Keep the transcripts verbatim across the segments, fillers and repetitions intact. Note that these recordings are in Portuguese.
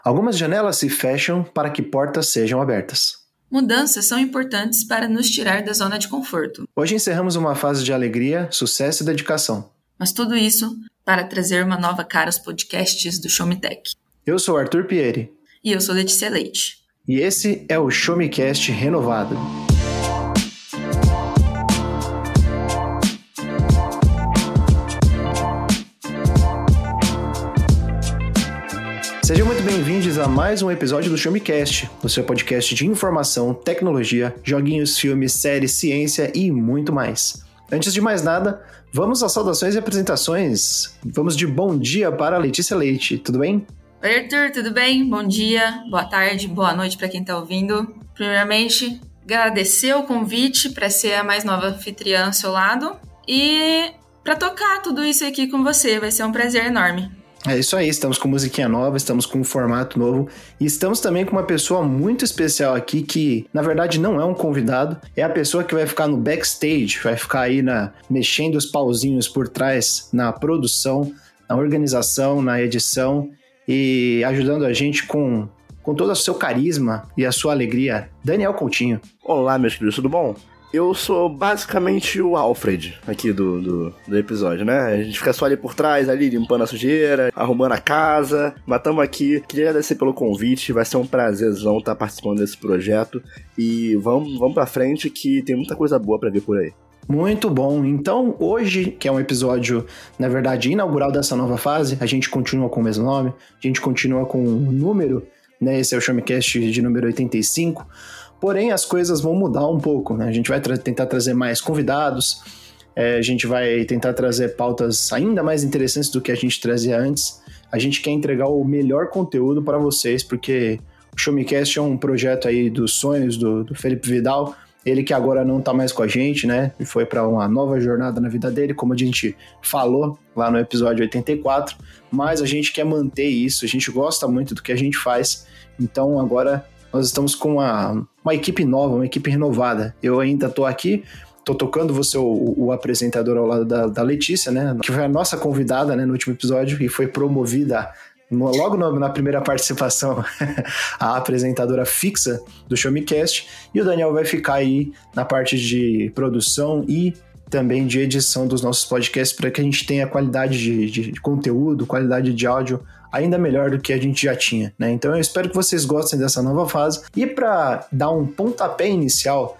Algumas janelas se fecham para que portas sejam abertas. Mudanças são importantes para nos tirar da zona de conforto. Hoje encerramos uma fase de alegria, sucesso e dedicação. Mas tudo isso para trazer uma nova cara aos podcasts do Show Me Tech. Eu sou Arthur Pieri. E eu sou Letícia Leite. E esse é o Show Me Cast renovado. Sejam muito bem-vindos a mais um episódio do Show Me Cast, o seu podcast de informação, tecnologia, joguinhos, filmes, séries, ciência e muito mais. Antes de mais nada, vamos às saudações e apresentações. Vamos de bom dia para a Letícia Leite, tudo bem? Oi, Arthur, tudo bem? Bom dia, boa tarde, boa noite para quem está ouvindo. Primeiramente, agradecer o convite para ser a mais nova anfitriã ao seu lado e para tocar tudo isso aqui com você, vai ser um prazer enorme. É isso aí, estamos com musiquinha nova, estamos com um formato novo e estamos também com uma pessoa muito especial aqui que, na verdade, não é um convidado, é a pessoa que vai ficar no backstage, vai ficar aí na, mexendo os pauzinhos por trás na produção, na organização, na edição e ajudando a gente com, com todo o seu carisma e a sua alegria. Daniel Coutinho. Olá, meus queridos, tudo bom? Eu sou basicamente o Alfred aqui do, do, do episódio, né? A gente fica só ali por trás, ali limpando a sujeira, arrumando a casa, mas estamos aqui. Queria agradecer pelo convite, vai ser um prazerzão estar participando desse projeto e vamos, vamos pra frente que tem muita coisa boa pra ver por aí. Muito bom. Então, hoje, que é um episódio, na verdade, inaugural dessa nova fase, a gente continua com o mesmo nome, a gente continua com o número, né? Esse é o Show Me Cast de número oitenta e cinco. Porém, as coisas vão mudar um pouco, né? A gente vai tra- tentar trazer mais convidados, é, a gente vai tentar trazer pautas ainda mais interessantes do que a gente trazia antes. A gente quer entregar o melhor conteúdo para vocês, porque o Show Me Cast é um projeto aí dos sonhos do, do Felipe Vidal, ele que agora não tá mais com a gente, né? E foi para uma nova jornada na vida dele, como a gente falou lá no episódio oitenta e quatro, mas a gente quer manter isso, a gente gosta muito do que a gente faz, então agora nós estamos com uma, uma equipe nova, uma equipe renovada. Eu ainda tô aqui, tô tocando você, o, o apresentador ao lado da, da Letícia, né? Que foi a nossa convidada, né, no último episódio e foi promovida logo no, na primeira participação a apresentadora fixa do Show Me Cast. E o Daniel vai ficar aí na parte de produção e também de edição dos nossos podcasts para que a gente tenha qualidade de, de, de conteúdo, qualidade de áudio ainda melhor do que a gente já tinha, né? Então eu espero que vocês gostem dessa nova fase. E para dar um pontapé inicial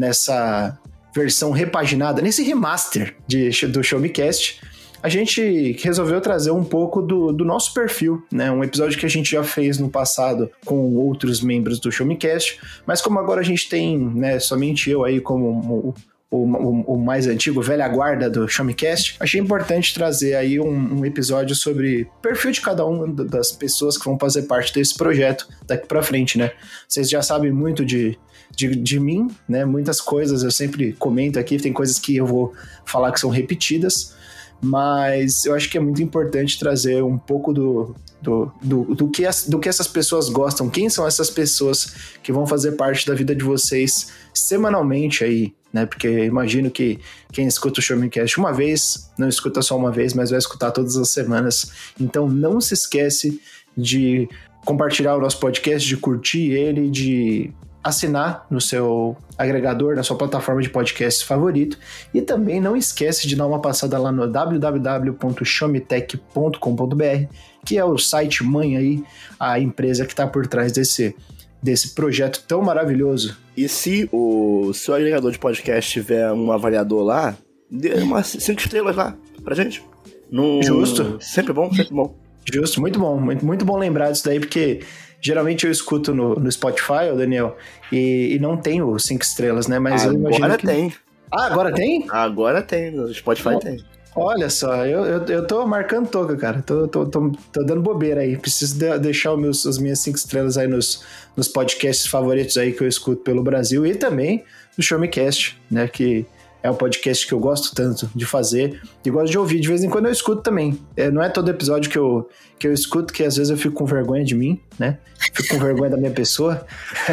nessa versão repaginada, nesse remaster de, do Show Me Cast, a gente resolveu trazer um pouco do, do nosso perfil, né? Um episódio que a gente já fez no passado com outros membros do Show Me Cast, mas como agora a gente tem, né, somente eu aí como o, o, o, o mais antigo, velha guarda do Show Me Cast, achei importante trazer aí um, um episódio sobre o perfil de cada uma das pessoas que vão fazer parte desse projeto daqui pra frente, né? Vocês já sabem muito de, de, de mim, né? Muitas coisas eu sempre comento aqui, tem coisas que eu vou falar que são repetidas, mas eu acho que é muito importante trazer um pouco do, do, do, do, que as, do que essas pessoas gostam, quem são essas pessoas que vão fazer parte da vida de vocês semanalmente aí, né? Porque eu imagino que quem escuta o Show Me Cast uma vez, não escuta só uma vez, mas vai escutar todas as semanas. Então não se esquece de compartilhar o nosso podcast, de curtir ele, de assinar no seu agregador, na sua plataforma de podcast favorito, e também não esquece de dar uma passada lá no w w w ponto show me tech ponto com ponto b r, que é o site mãe aí, a empresa que está por trás desse, desse projeto tão maravilhoso. E se o seu agregador de podcast tiver um avaliador lá, dê umas cinco estrelas lá pra gente. No... Justo. Sempre bom, sempre bom. Justo, muito bom, muito, muito bom lembrar disso daí, porque geralmente eu escuto no, no Spotify, ô Daniel, e, e não tenho cinco estrelas, né? Mas agora eu imagino que... tem. Ah, agora tem? Agora tem, no Spotify oh, tem. Olha só, eu, eu, eu tô marcando toca, cara. Tô, tô, tô, tô dando bobeira aí. Preciso de, deixar os meus, as minhas cinco estrelas aí nos, nos podcasts favoritos aí que eu escuto pelo Brasil e também no Show Me Cast, né? Que é um podcast que eu gosto tanto de fazer e gosto de ouvir. De vez em quando eu escuto também. É, não é todo episódio que eu, que eu escuto, que às vezes eu fico com vergonha de mim, né? Fico com vergonha da minha pessoa,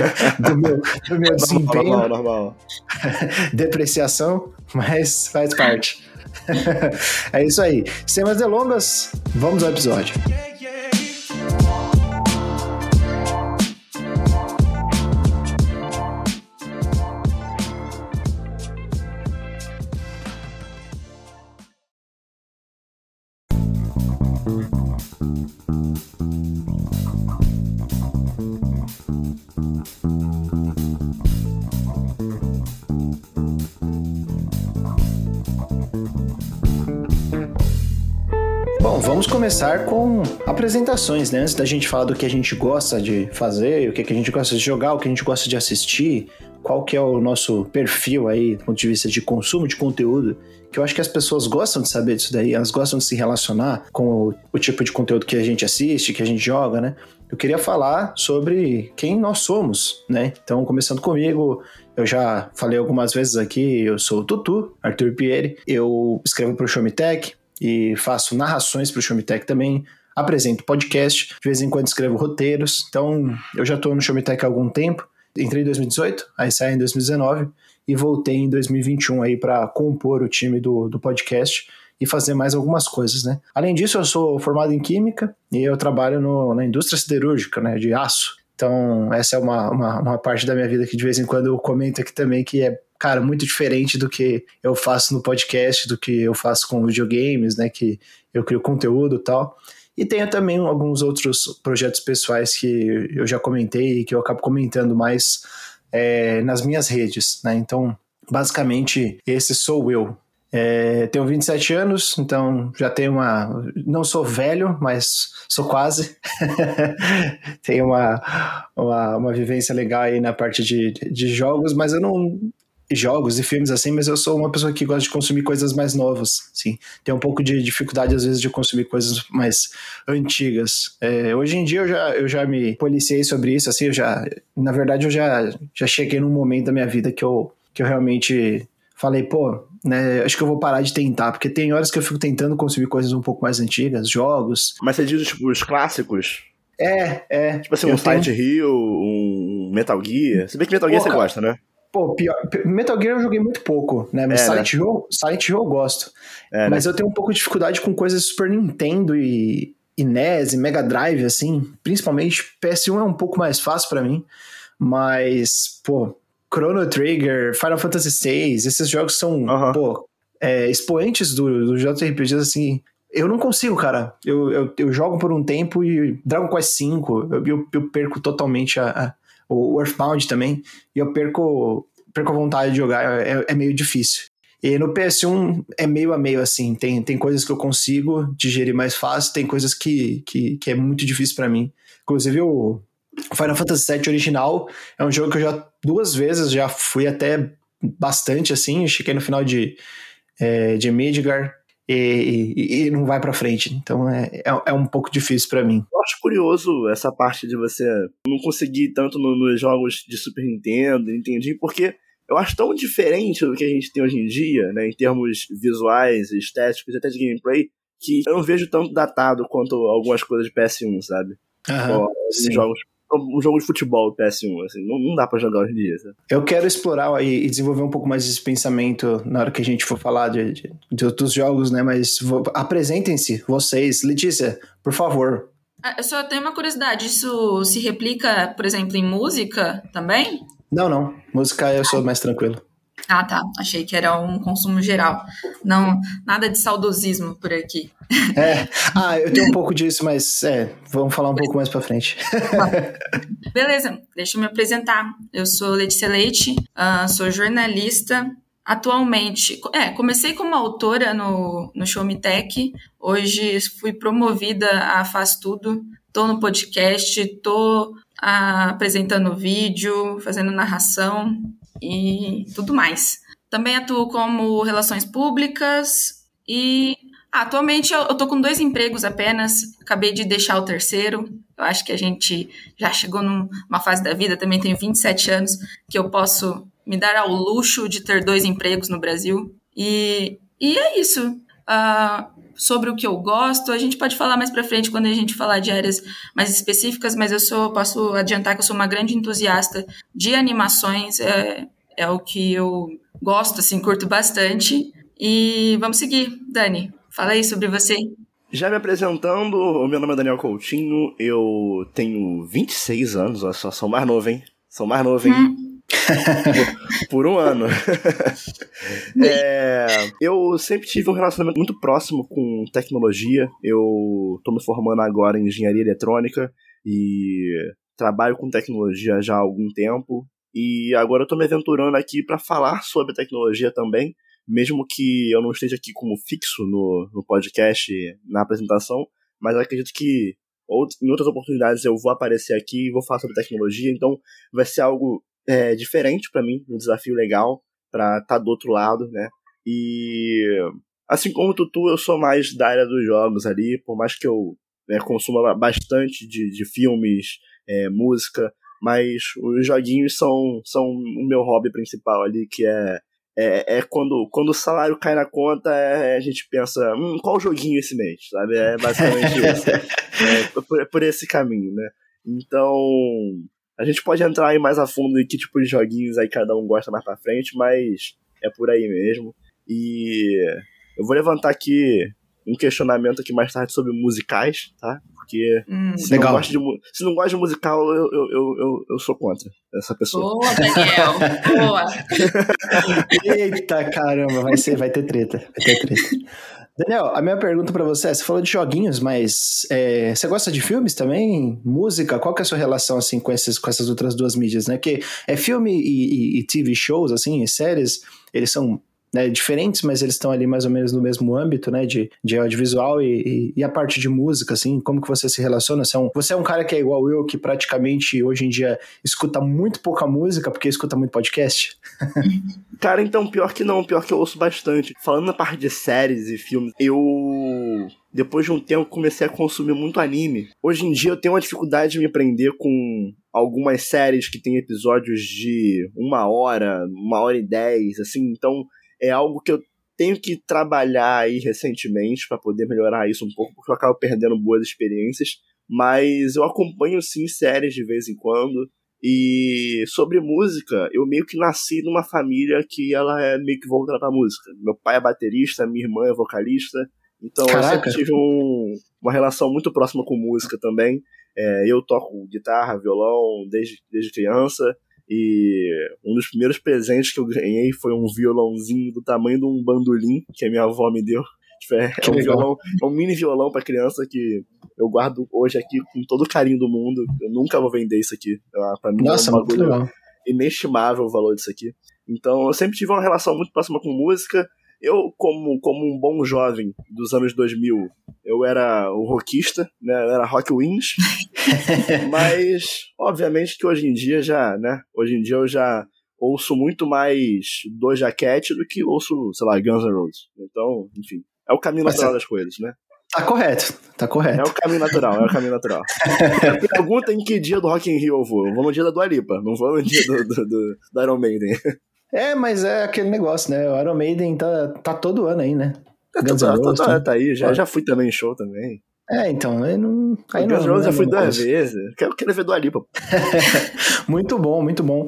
do meu, do meu desempenho. Normal, normal. Depreciação, mas faz parte. É isso aí. Sem mais delongas, vamos ao episódio. vamos começar com apresentações, né? Antes da gente falar do que a gente gosta de fazer, o que a gente gosta de jogar, o que a gente gosta de assistir, qual que é o nosso perfil aí, do ponto de vista de consumo de conteúdo, que eu acho que as pessoas gostam de saber disso daí, elas gostam de se relacionar com o, o tipo de conteúdo que a gente assiste, que a gente joga, né? Eu queria falar sobre quem nós somos, né? Então, começando comigo, eu já falei algumas vezes aqui, eu sou o Tutu, Arthur Pieri, eu escrevo para o Show Me Tech e faço narrações para o Show Me Tech também, apresento podcast, de vez em quando escrevo roteiros, então eu já estou no Show Me Tech há algum tempo. Entrei em dois mil e dezoito, aí saí em dois mil e dezenove e voltei em dois mil e vinte e um aí para compor o time do, do podcast e fazer mais algumas coisas, né? Além disso, eu sou formado em Química e eu trabalho no, na indústria siderúrgica, né, de aço. Então, essa é uma, uma, uma parte da minha vida que de vez em quando eu comento aqui também, que é, cara, muito diferente do que eu faço no podcast, do que eu faço com videogames, né, que eu crio conteúdo e tal. E tenho também alguns outros projetos pessoais que eu já comentei e que eu acabo comentando mais é, nas minhas redes, né? Então, basicamente, esse sou eu. É, tenho vinte e sete anos, então já tenho uma... Não sou velho, mas sou quase. Tenho uma, uma, uma vivência legal aí na parte de, de jogos, mas eu não... jogos e filmes assim, mas eu sou uma pessoa que gosta de consumir coisas mais novas, sim. Tenho um pouco de dificuldade às vezes de consumir coisas mais antigas. É, hoje em dia eu já, eu já me policiei sobre isso, assim, eu já, na verdade eu já, já cheguei num momento da minha vida que eu, que eu realmente falei, pô, né, acho que eu vou parar de tentar, porque tem horas que eu fico tentando consumir coisas um pouco mais antigas, jogos. Mas você diz, tipo, os clássicos? É, é. Tipo assim, um Silent Hill, um Metal Gear. Se bem que Metal Gear Pô, você cara, gosta, né? Pô, pior, Metal Gear eu joguei muito pouco, né? Mas é, Silent, né? Hill, Silent Hill eu gosto. É, mas né? eu tenho um pouco de dificuldade com coisas Super Nintendo e, e N E S e Mega Drive, assim. Principalmente P S um é um pouco mais fácil pra mim. Mas, pô, Chrono Trigger, Final Fantasy seis, esses jogos são, Uhum. pô, é, expoentes do, do J R P Gs, assim. Eu não consigo, cara. Eu, eu, eu jogo por um tempo e Dragon Quest cinco, eu, eu, eu perco totalmente a... a o Earthbound também, e eu perco, perco a vontade de jogar, é, é meio difícil. E no P S um é meio a meio, assim, tem, tem coisas que eu consigo digerir mais fácil, tem coisas que, que, que é muito difícil pra mim. Inclusive o Final Fantasy sete original é um jogo que eu já duas vezes já fui até bastante, assim, eu cheguei no final de, é, de Midgar, E, e, e não vai pra frente. Então é, é, é um pouco difícil pra mim. Eu acho curioso essa parte de você não conseguir tanto no, nos jogos de Super Nintendo, entendi, porque eu acho tão diferente do que a gente tem hoje em dia, né, em termos visuais, estéticos, até de gameplay, que eu não vejo tanto datado quanto algumas coisas de P S um, sabe? Aham, Os jogos um jogo de futebol P S um, assim, não, não dá pra jogar hoje em dia, sabe? Eu quero explorar e, e desenvolver um pouco mais desse pensamento na hora que a gente for falar de, de, de outros jogos, né? Mas vou, apresentem-se, vocês. Letícia, por favor. Eu só tenho uma curiosidade, isso se replica, por exemplo, em música também? Não, não. Música eu sou mais tranquilo. Ah, tá. Achei que era um consumo geral. Não, nada de saudosismo por aqui. É. Ah, eu tenho um pouco disso, mas é, vamos falar um pouco mais pra frente. Beleza, deixa eu me apresentar. Eu sou Letícia Leite, uh, sou jornalista. Atualmente, é, comecei como autora no, no Show Me Tech. Hoje fui promovida a Faz Tudo. Tô no podcast, tô uh, apresentando vídeo, fazendo narração e tudo mais. Também atuo como relações públicas e ah, atualmente eu, eu tô com dois empregos apenas, acabei de deixar o terceiro. Eu acho que a gente já chegou numa fase da vida, também tenho vinte e sete anos, que eu posso me dar ao luxo de ter dois empregos no Brasil. E, e é isso. Uh, sobre o que eu gosto, a gente pode falar mais pra frente quando a gente falar de áreas mais específicas, mas eu sou, posso adiantar que eu sou uma grande entusiasta de animações, é, é o que eu gosto, assim, curto bastante. E vamos seguir, Dani, fala aí sobre você. Já me apresentando, o meu nome é Daniel Coutinho, eu tenho vinte e seis anos, olha só, sou mais novo, hein? Sou mais novo, hein? Hum. por, por um ano. é, eu sempre tive um relacionamento muito próximo com tecnologia. Eu tô me formando agora em engenharia eletrônica e trabalho com tecnologia já há algum tempo. E agora eu tô me aventurando aqui para falar sobre tecnologia também, mesmo que eu não esteja aqui como fixo no, no podcast, na apresentação, mas acredito que em outras oportunidades eu vou aparecer aqui e vou falar sobre tecnologia, então vai ser algo é, diferente para mim, um desafio legal para estar tá do outro lado, né? E assim como o Tutu, eu sou mais da área dos jogos ali, por mais que eu né, consuma bastante de, de filmes, é, música, mas os joguinhos são, são o meu hobby principal ali, que é, é, é quando, quando o salário cai na conta, é, a gente pensa, hum, qual joguinho esse mês, sabe? É basicamente isso. É, por, por esse caminho, né? Então, a gente pode entrar aí mais a fundo em que tipo de joguinhos aí cada um gosta mais pra frente, mas é por aí mesmo. E eu vou levantar aqui um questionamento aqui mais tarde sobre musicais, tá? Porque hum, se, não gosta de, se não gosta de musical, eu, eu, eu, eu sou contra essa pessoa. Boa, Daniel! Boa! Eita, caramba, vai, ser, vai ter treta. Vai ter treta. Daniel, a minha pergunta pra você é, você falou de joguinhos, mas é, você gosta de filmes também? Música? Qual que é a sua relação, assim, com, esses, com essas outras duas mídias, né? Porque é filme e, e, e T V shows, assim, e séries, eles são... né, diferentes, mas eles estão ali mais ou menos no mesmo âmbito, né, de, de audiovisual e, e, e a parte de música, assim, como que você se relaciona? Você é, um, você é um cara que é igual eu, que praticamente hoje em dia escuta muito pouca música, porque escuta muito podcast? Cara, então, pior que não, pior que eu ouço bastante. Falando na parte de séries e filmes, eu... depois de um tempo comecei a consumir muito anime. Hoje em dia eu tenho uma dificuldade de me prender com algumas séries que tem episódios de uma hora, uma hora e dez, assim, então... é algo que eu tenho que trabalhar aí recentemente para poder melhorar isso um pouco, porque eu acabo perdendo boas experiências, mas eu acompanho sim séries de vez em quando. E sobre música, eu meio que nasci numa família que ela é meio que voltada pra música. Meu pai é baterista, minha irmã é vocalista, então Caraca. eu sempre tive um, uma relação muito próxima com música também. É, eu toco guitarra, violão desde, desde criança. E um dos primeiros presentes que eu ganhei foi um violãozinho do tamanho de um bandolim que a minha avó me deu. É um, violão, é um mini violão pra criança que eu guardo hoje aqui com todo o carinho do mundo. Eu nunca vou vender isso aqui. Pra mim Nossa, é um bagulho inestimável o valor disso aqui. Então eu sempre tive uma relação muito próxima com música. Eu, como, como um bom jovem dos anos dois mil, eu era o rockista, né? Eu era Rock Wins. Mas, obviamente que hoje em dia já, né? Hoje em dia eu já ouço muito mais Doja Cat do que ouço, sei lá, Guns N' Roses. Então, enfim, é o caminho natural Mas, das coisas, né? Tá correto, tá correto. É o caminho natural, é o caminho natural. Pergunta em que dia do Rock in Rio eu vou. Eu vou no dia da Dua Lipa, não vou no dia do, do, do, do Iron Maiden. É, mas é aquele negócio, né? O Iron Maiden tá, tá todo ano aí, né? É, Guns N' Roses, tá, tá aí, já, já fui também em show também. É, então, aí não... Aí Guns N' Roses já fui duas coisa. vezes. Quero, quero ver Dua Lipa. Muito bom, muito bom.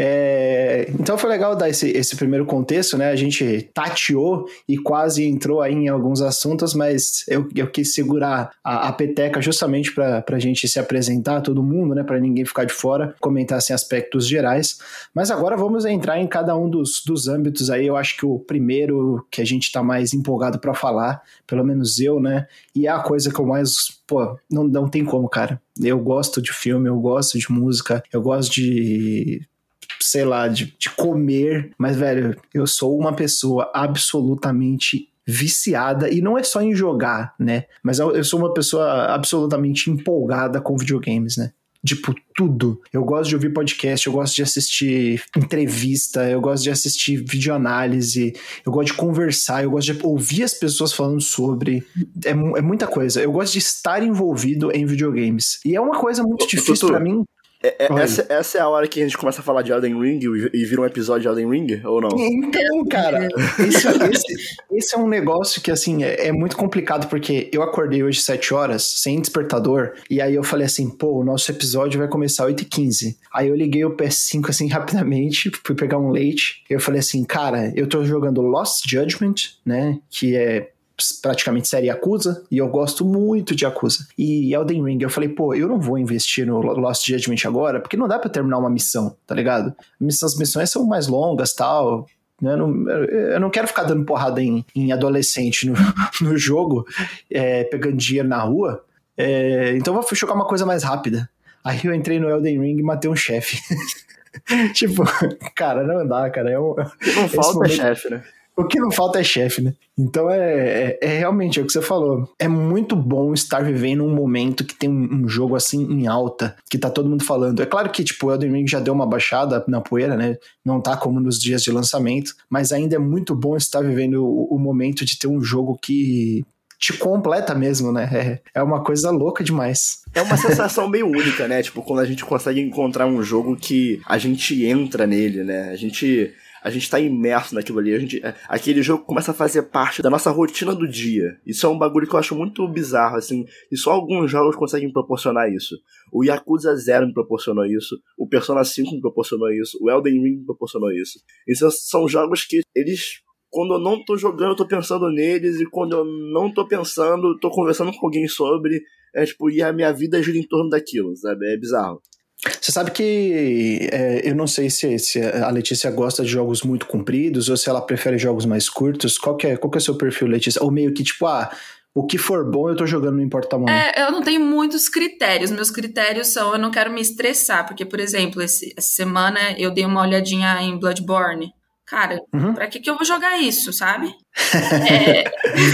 É, então foi legal dar esse, esse primeiro contexto, né? A gente tateou e quase entrou aí em alguns assuntos, mas eu, eu quis segurar a, a peteca justamente para a gente se apresentar, todo mundo, né? Para ninguém ficar de fora, comentar assim, aspectos gerais. Mas agora vamos entrar em cada um dos, dos âmbitos aí. Eu acho que o primeiro que a gente está mais empolgado para falar, pelo menos eu, né? E é a coisa que eu mais... Pô, não, não tem como, cara. Eu gosto de filme, eu gosto de música, eu gosto de... sei lá, de, de comer, mas, velho, eu sou uma pessoa absolutamente viciada, e não é só em jogar, né? Mas eu, eu sou uma pessoa absolutamente empolgada com videogames, né? Tipo, tudo. Eu gosto de ouvir podcast, eu gosto de assistir entrevista, eu gosto de assistir videoanálise, eu gosto de conversar, eu gosto de ouvir as pessoas falando sobre. É, é muita coisa. Eu gosto de estar envolvido em videogames. E é uma coisa muito difícil pra mim. É, é, essa, essa é a hora que a gente começa a falar de Elden Ring e, e vira um episódio de Elden Ring, ou não? Então, cara, esse, esse, esse é um negócio que, assim, é, é muito complicado, porque eu acordei hoje sete horas, sem despertador, e aí eu falei assim, pô, o nosso episódio vai começar oito e quinze. Aí eu liguei o P S cinco, assim, rapidamente, fui pegar um leite, e eu falei assim, cara, eu tô jogando Lost Judgment, né, que é... praticamente série Yakuza, e eu gosto muito de Yakuza. E Elden Ring, eu falei, pô, eu não vou investir no Lost Judgment agora, porque não dá pra terminar uma missão, tá ligado? As missões são mais longas, tal, eu não, eu não quero ficar dando porrada em, em adolescente no, no jogo, é, pegando dinheiro na rua, é, então eu vou jogar uma coisa mais rápida. Aí eu entrei no Elden Ring e matei um chefe. Tipo, cara, não dá, cara. É um, não falta momento... chefe, né? O que não falta é chefe, né? Então é, é, é realmente é o que você falou. É muito bom estar vivendo um momento que tem um, um jogo assim em alta, que tá todo mundo falando. É claro que tipo, o Elden Ring já deu uma baixada na poeira, né? Não tá como nos dias de lançamento, mas ainda é muito bom estar vivendo o, o momento de ter um jogo que te completa mesmo, né? É, é uma coisa louca demais. É uma sensação meio única, né? Tipo, quando a gente consegue encontrar um jogo que a gente entra nele, né? A gente... A gente tá imerso naquilo ali, a gente, aquele jogo começa a fazer parte da nossa rotina do dia. Isso é um bagulho que eu acho muito bizarro, assim, e só alguns jogos conseguem proporcionar isso. O Yakuza Zero me proporcionou isso, o Persona cinco me proporcionou isso, o Elden Ring me proporcionou isso. Isso são jogos que eles, quando eu não tô jogando, eu tô pensando neles, e quando eu não tô pensando, tô conversando com alguém sobre, é tipo, e a minha vida gira em torno daquilo, sabe? É bizarro. Você sabe que é, eu não sei se, se a Letícia gosta de jogos muito compridos ou se ela prefere jogos mais curtos. Qual que é, qual que é o seu perfil, Letícia? Ou meio que tipo, ah, o que for bom eu tô jogando, não importa o tamanho. É, eu não tenho muitos critérios. Meus critérios são, eu não quero me estressar, porque, por exemplo, esse, essa semana eu dei uma olhadinha em Bloodborne. Cara, uhum. Pra que que eu vou jogar isso, sabe? é...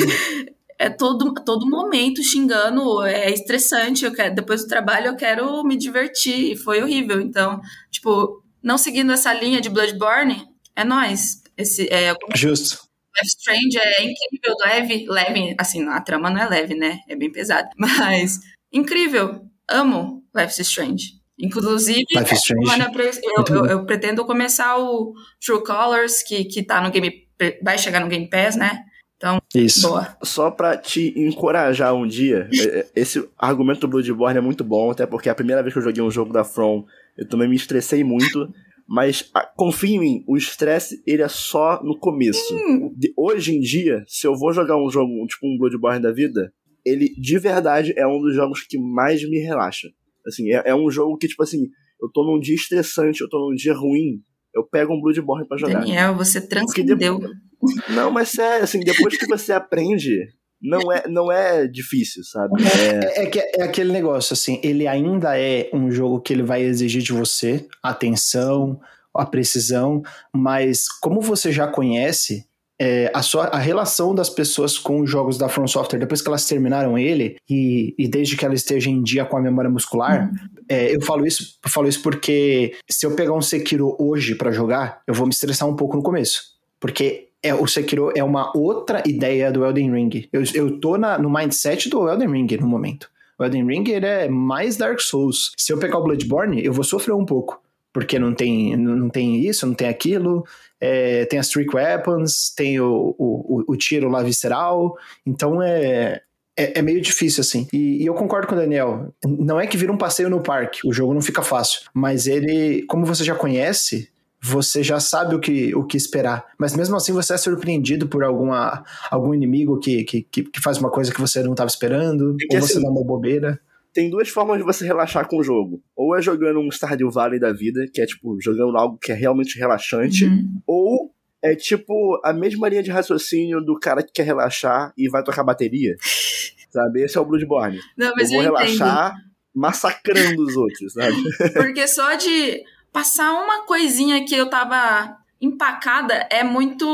É todo, todo momento xingando, é estressante, eu quero, depois do trabalho eu quero me divertir, e foi horrível. Então, tipo, não seguindo essa linha de Bloodborne, é nóis. Esse, é, Justo. Life Strange é incrível, leve, leve, assim, a trama não é leve, né? É bem pesada, mas incrível, amo Life Strange. Inclusive, Life Strange. Eu, eu, eu, eu pretendo começar o True Colors, que, que tá no Game, vai chegar no Game Pass, né? Então, isso. Boa. Só pra te encorajar um dia, esse argumento do Bloodborne é muito bom, até porque a primeira vez que eu joguei um jogo da From, eu também me estressei muito, mas confia em mim, o estresse, ele é só no começo. Hum. De, hoje em dia, se eu vou jogar um jogo, tipo um Bloodborne da vida, ele, de verdade, é um dos jogos que mais me relaxa. Assim, é, é um jogo que, tipo assim, eu tô num dia estressante, eu tô num dia ruim, eu pego um Bloodborne pra jogar. Daniel, você transcendeu. Depois... Não, mas sério, assim, depois que você aprende, não é, não é difícil, sabe? É... É, que é aquele negócio, assim, ele ainda é um jogo que ele vai exigir de você atenção, a precisão, mas como você já conhece, é, a, sua, a relação das pessoas com os jogos da From Software, depois que elas terminaram ele, e, e desde que ela esteja em dia com a memória muscular, uhum. é, eu falo isso, eu falo isso porque se eu pegar um Sekiro hoje pra jogar, eu vou me estressar um pouco no começo, porque É, o Sekiro é uma outra ideia do Elden Ring. Eu, eu tô na, no mindset do Elden Ring no momento. O Elden Ring, ele é mais Dark Souls. Se eu pegar o Bloodborne, eu vou sofrer um pouco. Porque não tem, não tem isso, não tem aquilo. É, tem as Trick Weapons, tem o, o, o tiro lá visceral. Então é... É, é meio difícil, assim. E, e eu concordo com o Daniel. Não é que vira um passeio no parque. O jogo não fica fácil. Mas ele, como você já conhece... você já sabe o que, o que esperar. Mas mesmo assim você é surpreendido por alguma, algum inimigo que, que, que faz uma coisa que você não estava esperando, é ou você assim, dá uma bobeira. Tem duas formas de você relaxar com o jogo. Ou é jogando um Stardew Valley da vida, que é tipo, jogando algo que é realmente relaxante, uhum. ou é tipo a mesma linha de raciocínio do cara que quer relaxar e vai tocar bateria. Sabe? Esse é o Bloodborne. Não, mas eu vou eu relaxar entendo. Massacrando os outros, sabe? Porque só de... passar uma coisinha que eu tava empacada é muito,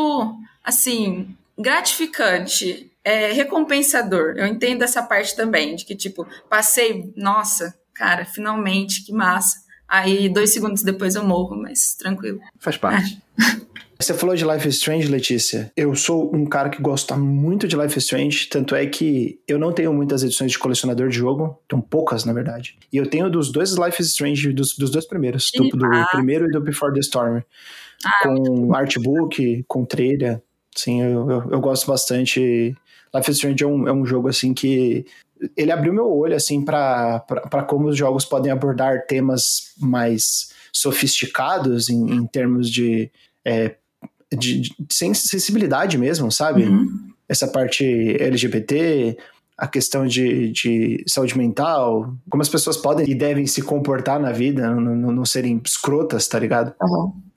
assim, gratificante, é recompensador. Eu entendo essa parte também, de que, tipo, passei, nossa, cara, finalmente, que massa. Aí, dois segundos depois eu morro, mas tranquilo. Faz parte. É. Você falou de Life is Strange, Letícia. Eu sou um cara que gosta muito de Life is Strange, tanto é que eu não tenho muitas edições de colecionador de jogo, tenho poucas, na verdade. E eu tenho dos dois Life is Strange, dos, dos dois primeiros, do, do ah. primeiro e do Before the Storm. Ah, com artbook, com trilha. Sim, eu, eu, eu gosto bastante. Life is Strange é um, é um jogo, assim, que... ele abriu meu olho, assim, pra, pra, pra como os jogos podem abordar temas mais sofisticados em, em termos de... É, De, de sensibilidade mesmo, sabe? Uhum. Essa parte L G B T, a questão de, de saúde mental, como as pessoas podem e devem se comportar na vida, não, não, não serem escrotas, tá ligado? Uhum.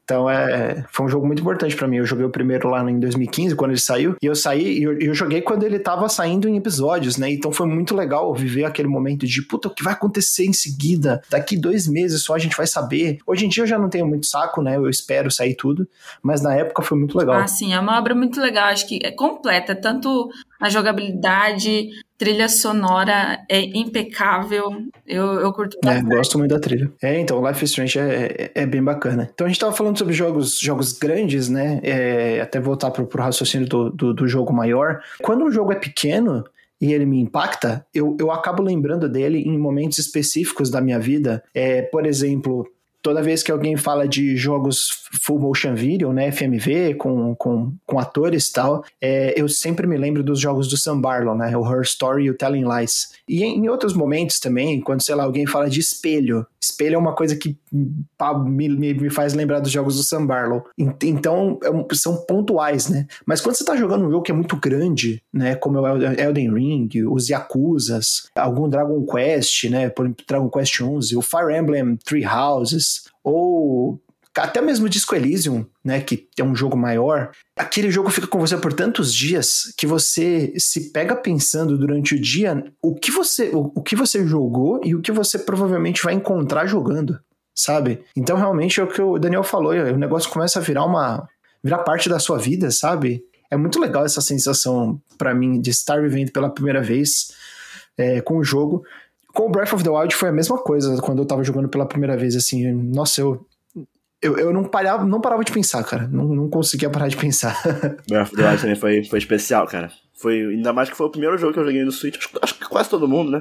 Então, é, foi um jogo muito importante pra mim. Eu joguei o primeiro lá em dois mil e quinze, quando ele saiu, e eu saí, e eu, eu joguei quando ele tava saindo em episódios, né? Então foi muito legal viver aquele momento de, puta, o que vai acontecer em seguida? Daqui dois meses só a gente vai saber. Hoje em dia eu já não tenho muito saco, né? Eu espero sair tudo, mas na época foi muito legal. Ah, sim, é uma obra muito legal, acho que é completa, tanto a jogabilidade, trilha sonora é impecável, eu, eu curto bastante. É, gosto muito da trilha. É, então, Life is Strange é, é, é bem bacana. Então a gente tava falando sobre jogos, jogos grandes, né? É, até voltar pro, pro raciocínio do, do, do jogo maior. Quando um jogo é pequeno e ele me impacta, eu, eu acabo lembrando dele em momentos específicos da minha vida. É, por exemplo, toda vez que alguém fala de jogos full motion video, né, F M V, com, com, com atores e tal, é, eu sempre me lembro dos jogos do Sam Barlow, né, o Her Story e o Telling Lies. E em, em outros momentos também, quando, sei lá, alguém fala de espelho, espelho é uma coisa que pá, me, me faz lembrar dos jogos do Sam Barlow. Então, é, são pontuais, né, mas quando você tá jogando um jogo que é muito grande, né, como é o Elden Ring, os Yakuzas, algum Dragon Quest, né, por exemplo, Dragon Quest onze, o Fire Emblem Three Houses, ou até mesmo Disco Elysium, né, que é um jogo maior, aquele jogo fica com você por tantos dias que você se pega pensando durante o dia o que você, o, o que você jogou e o que você provavelmente vai encontrar jogando, sabe? Então realmente é o que o Daniel falou, o negócio começa a virar uma virar parte da sua vida, sabe? É muito legal essa sensação pra mim de estar vivendo pela primeira vez é, com o jogo. Com o Breath of the Wild foi a mesma coisa quando eu tava jogando pela primeira vez, assim, nossa, eu eu, eu não, parava, não parava de pensar, cara, não, não conseguia parar de pensar. Breath of the Wild também foi, foi especial, cara, foi, ainda mais que foi o primeiro jogo que eu joguei no Switch, acho, acho que quase todo mundo, né?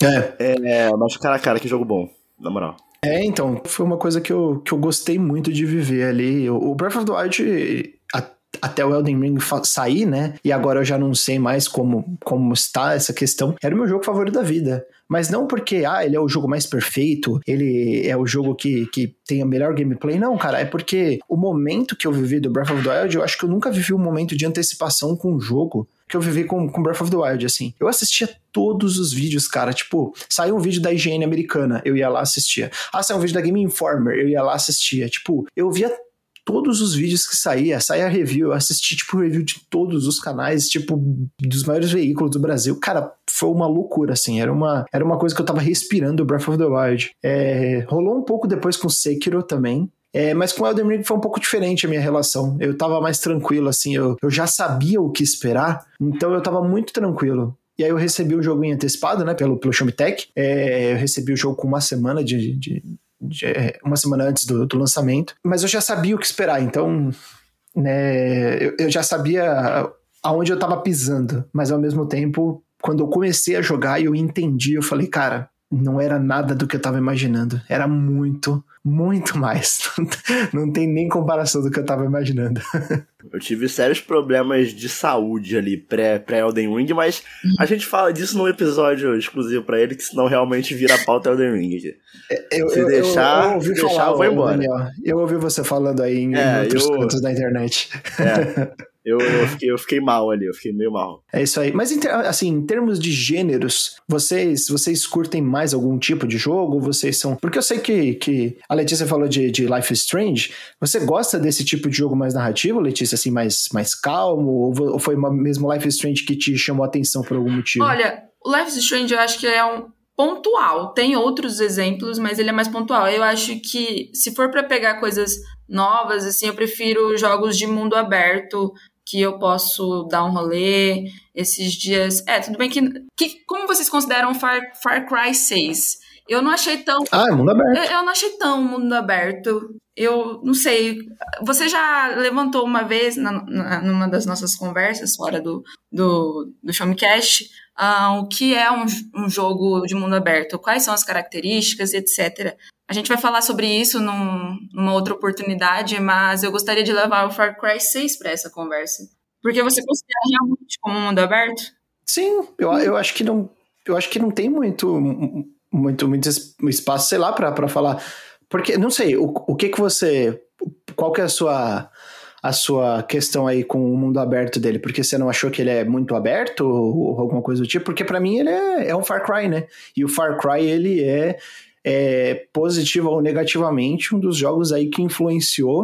É. É, mas cara, cara, que jogo bom, na moral. É, então, foi uma coisa que eu, que eu gostei muito de viver ali, o Breath of the Wild... A, até o Elden Ring sair, né? E agora eu já não sei mais como, como está essa questão. Era o meu jogo favorito da vida. Mas não porque, ah, ele é o jogo mais perfeito, ele é o jogo que, que tem a melhor gameplay. Não, cara, é porque o momento que eu vivi do Breath of the Wild, eu acho que eu nunca vivi um momento de antecipação com o jogo que eu vivi com, com Breath of the Wild, assim. Eu assistia todos os vídeos, cara, tipo, saiu um vídeo da I G N americana, eu ia lá assistia. Ah, saiu um vídeo da Game Informer, eu ia lá assistia. Tipo, eu via todos os vídeos que saía, saía review, eu assisti, tipo, review de todos os canais, tipo, dos maiores veículos do Brasil. Cara, foi uma loucura, assim, era uma, era uma coisa que eu tava respirando o Breath of the Wild. É, rolou um pouco depois com Sekiro também, é, mas com Elden Ring foi um pouco diferente a minha relação. Eu tava mais tranquilo, assim, eu, eu já sabia o que esperar, então eu tava muito tranquilo. E aí eu recebi o jogo em antecipado, né, pelo, pelo Showmetech, é, eu recebi o jogo com uma semana de... de uma semana antes do, do lançamento, mas eu já sabia o que esperar, então, né, eu, eu já sabia aonde eu tava pisando, mas ao mesmo tempo, quando eu comecei a jogar e eu entendi, eu falei, cara, não era nada do que eu tava imaginando, era muito, muito mais, não tem nem comparação do que eu tava imaginando. Eu tive sérios problemas de saúde ali, pré, pré-Elden Ring, mas a gente fala disso num episódio exclusivo pra ele, que senão realmente vira a pauta Elden Ring. Eu, se eu, deixar, eu, eu ouvi se deixar, falar, eu vou embora. Daniel, eu ouvi você falando aí em, é, em outros eu, cantos da internet. É, eu, eu, fiquei, eu fiquei mal ali, eu fiquei meio mal. É isso aí. Mas, assim, em termos de gêneros, vocês, vocês curtem mais algum tipo de jogo? Vocês são... Porque eu sei que, que a Letícia falou de, de Life is Strange. Você gosta desse tipo de jogo mais narrativo, Letícia, assim, mais, mais calmo? Ou foi mesmo Life is Strange que te chamou a atenção por algum motivo? Olha, o Life is Strange eu acho que é um pontual. Tem outros exemplos, mas ele é mais pontual. Eu acho que, se for pra pegar coisas novas, assim, eu prefiro jogos de mundo aberto, que eu posso dar um rolê esses dias. É, tudo bem que... que como vocês consideram Far, Far Cry seis? Eu não achei tão... Ah, é mundo aberto. Eu, eu não achei tão mundo aberto. Eu não sei. Você já levantou uma vez, na, na, numa das nossas conversas, fora do, do, do Showmecast, uh, o que é um, um jogo de mundo aberto? Quais são as características, etcétera. A gente vai falar sobre isso num, numa outra oportunidade, mas eu gostaria de levar o Far Cry seis para essa conversa. Porque você considera realmente como um mundo aberto? Sim, eu, eu acho que não, eu acho que não tem muito, muito, muito espaço, sei lá, para para falar. Porque, não sei, o, o que que você... Qual que é a sua, a sua questão aí com o mundo aberto dele? Porque você não achou que ele é muito aberto ou, ou alguma coisa do tipo? Porque pra mim ele é, é um Far Cry, né? E o Far Cry, ele é, é positivo ou negativamente um dos jogos aí que influenciou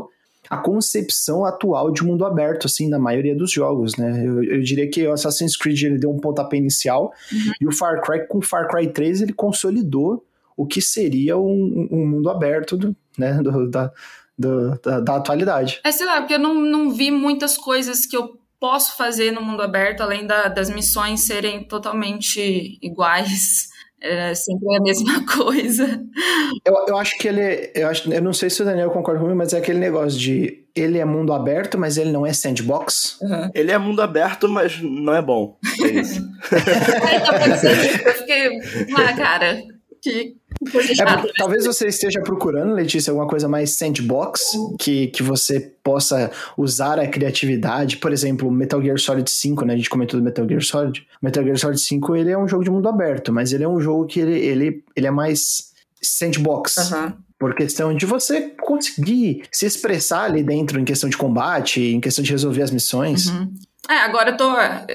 a concepção atual de mundo aberto, assim, na maioria dos jogos, né? Eu, eu diria que o Assassin's Creed ele deu um pontapé inicial, uhum. e o Far Cry, com o Far Cry três, ele consolidou o que seria um, um mundo aberto do, né, do, da, do, da, da atualidade. É, sei lá, porque eu não, não vi muitas coisas que eu posso fazer no mundo aberto, além da, das missões serem totalmente iguais. É sempre a mesma coisa. Eu, eu acho que ele... Eu, acho, eu não sei se o Daniel concorda comigo, mas é aquele negócio de... Ele é mundo aberto, mas ele não é sandbox. Uhum. Ele é mundo aberto, mas não é bom. É isso. É, então, pode ser isso. Eu fiquei... Ah, cara... Que... É, talvez você esteja procurando, Letícia, alguma coisa mais sandbox, que, que você possa usar a criatividade. Por exemplo, Metal Gear Solid cinco, né? A gente comentou do Metal Gear Solid. Metal Gear Solid cinco, ele é um jogo de mundo aberto, mas ele é um jogo que ele, ele, ele é mais sandbox. Uhum. Por questão de você conseguir se expressar ali dentro em questão de combate, em questão de resolver as missões. Uhum. É, agora eu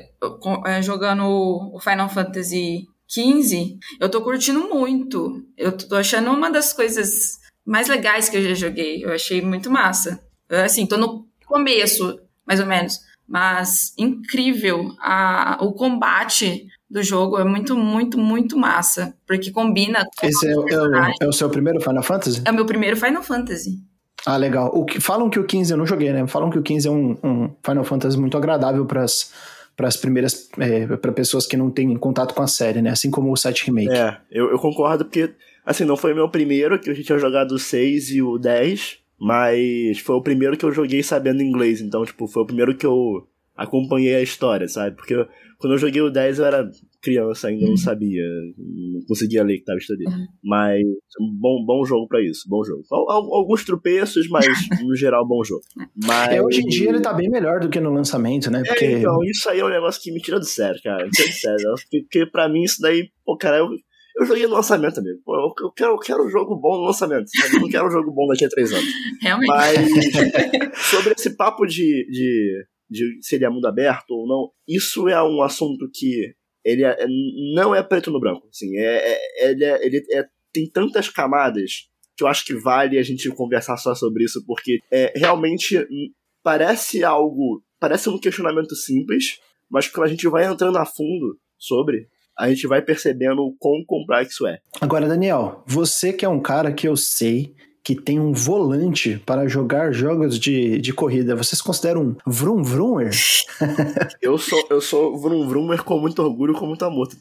tô é, jogando o Final Fantasy quinze, eu tô curtindo muito. Eu tô achando uma das coisas mais legais que eu já joguei. Eu achei muito massa. Eu, assim, tô no começo, mais ou menos. Mas incrível. A, o combate do jogo é muito, muito, muito massa. Porque combina com Esse é, é, o, é o seu primeiro Final Fantasy? É o meu primeiro Final Fantasy. Ah, legal. O que, falam que o quinze eu não joguei, né? Falam que o quinze é um, um Final Fantasy muito agradável pras... para as primeiras, é, para pessoas que não têm contato com a série, né? Assim como o sete Remake. É, eu, eu concordo porque, assim, não foi o meu primeiro, que eu já tinha jogado o seis e o dez, mas foi o primeiro que eu joguei sabendo inglês, então, tipo, foi o primeiro que eu acompanhei a história, sabe? Porque eu, quando eu joguei o dez eu era criança ainda, não sabia, não conseguia ler o que estava escrito. Mas, bom, bom jogo pra isso, bom jogo. Alguns tropeços, mas, no geral, bom jogo. Mas... É, hoje em dia ele tá bem melhor do que no lançamento, né? Porque... É, então, isso aí é um negócio que me tira do sério, cara, me tira do sério. Porque, porque pra mim isso daí, pô, cara, eu, eu joguei no lançamento, amigo. Pô, eu, eu, quero, eu quero um jogo bom no lançamento, sabe? Eu não quero um jogo bom daqui a três anos. Realmente. Mas, sobre esse papo de... de de se ele é mundo aberto ou não, isso é um assunto que ele é, não é preto no branco, assim, é, é, ele, é, ele é, tem tantas camadas que eu acho que vale a gente conversar só sobre isso, porque é, realmente parece algo, parece um questionamento simples, mas quando a gente vai entrando a fundo sobre, a gente vai percebendo o quão complexo é. Agora, Daniel, você que é um cara que eu sei que tem um volante para jogar jogos de, de corrida, vocês consideram um vroom vroomer? eu sou eu sou vroom vroomer com muito orgulho, com muito amor.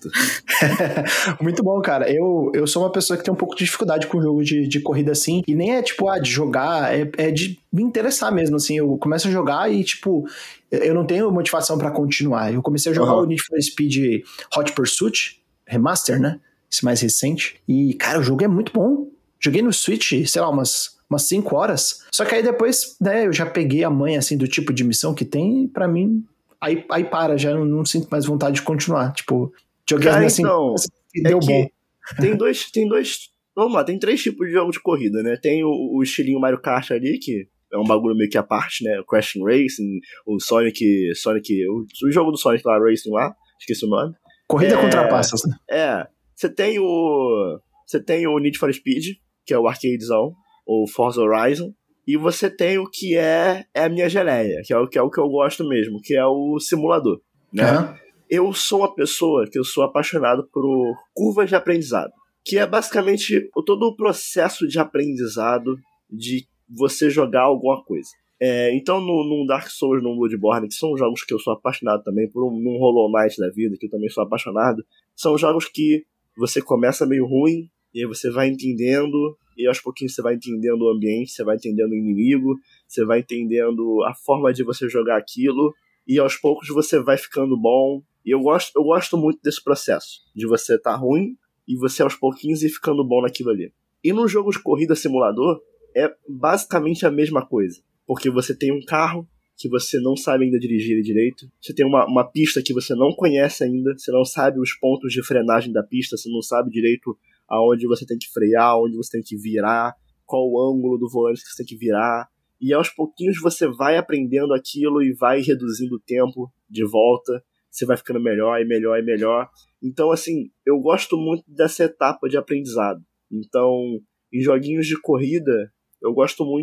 Muito bom, cara. Eu, eu sou uma pessoa que tem um pouco de dificuldade com jogo de, de corrida assim, e nem é tipo, ah, de jogar, é, é de me interessar mesmo, assim, eu começo a jogar e tipo, eu não tenho motivação para continuar. Eu comecei a jogar uhum. o Need for Speed Hot Pursuit Remaster, né? Esse mais recente, e cara, o jogo é muito bom. Joguei no Switch, sei lá, umas umas cinco horas. Só que aí depois, né, eu já peguei a manha, assim, do tipo de missão que tem, e pra mim, aí, aí para, já não, não sinto mais vontade de continuar. Tipo, joguei Cara, assim, então, e deu é bom. Tem dois, tem dois, vamos lá, tem três tipos de jogo de corrida, né? Tem o, o estilinho Mario Kart ali, que é um bagulho meio que à parte, né? O Crashing Racing, o Sonic, Sonic, o, o jogo do Sonic lá, Racing lá, esqueci o nome. Corrida é, com trapaças, né? É, você tem o, você tem o Need for Speed, que é o arcadezão, ou Forza Horizon, e você tem o que é, é a minha geleia, que é o, que é o que eu gosto mesmo, que é o simulador, né? Uhum. Eu sou uma pessoa que eu sou apaixonado por curvas de aprendizado, que é basicamente todo o processo de aprendizado de você jogar alguma coisa. É, então, no, no Dark Souls, no Bloodborne, que são jogos que eu sou apaixonado também, por um, num Hollow Knight da vida, que eu também sou apaixonado, são jogos que você começa meio ruim, e aí você vai entendendo, e aos pouquinhos você vai entendendo o ambiente, você vai entendendo o inimigo, você vai entendendo a forma de você jogar aquilo, e aos poucos você vai ficando bom. E eu gosto, eu gosto muito desse processo, de você estar tá ruim, e você aos pouquinhos ir ficando bom naquilo ali. E no jogo de corrida simulador, é basicamente a mesma coisa. Porque você tem um carro que você não sabe ainda dirigir ele direito, você tem uma, uma pista que você não conhece ainda, você não sabe os pontos de frenagem da pista, você não sabe direito aonde você tem que frear, onde você tem que virar, qual o ângulo do volante que você tem que virar. E aos pouquinhos você vai aprendendo aquilo e vai reduzindo o tempo de volta, você vai ficando melhor e melhor e melhor. Então, assim, eu gosto muito dessa etapa de aprendizado. Então, em joguinhos de corrida, eu gosto muito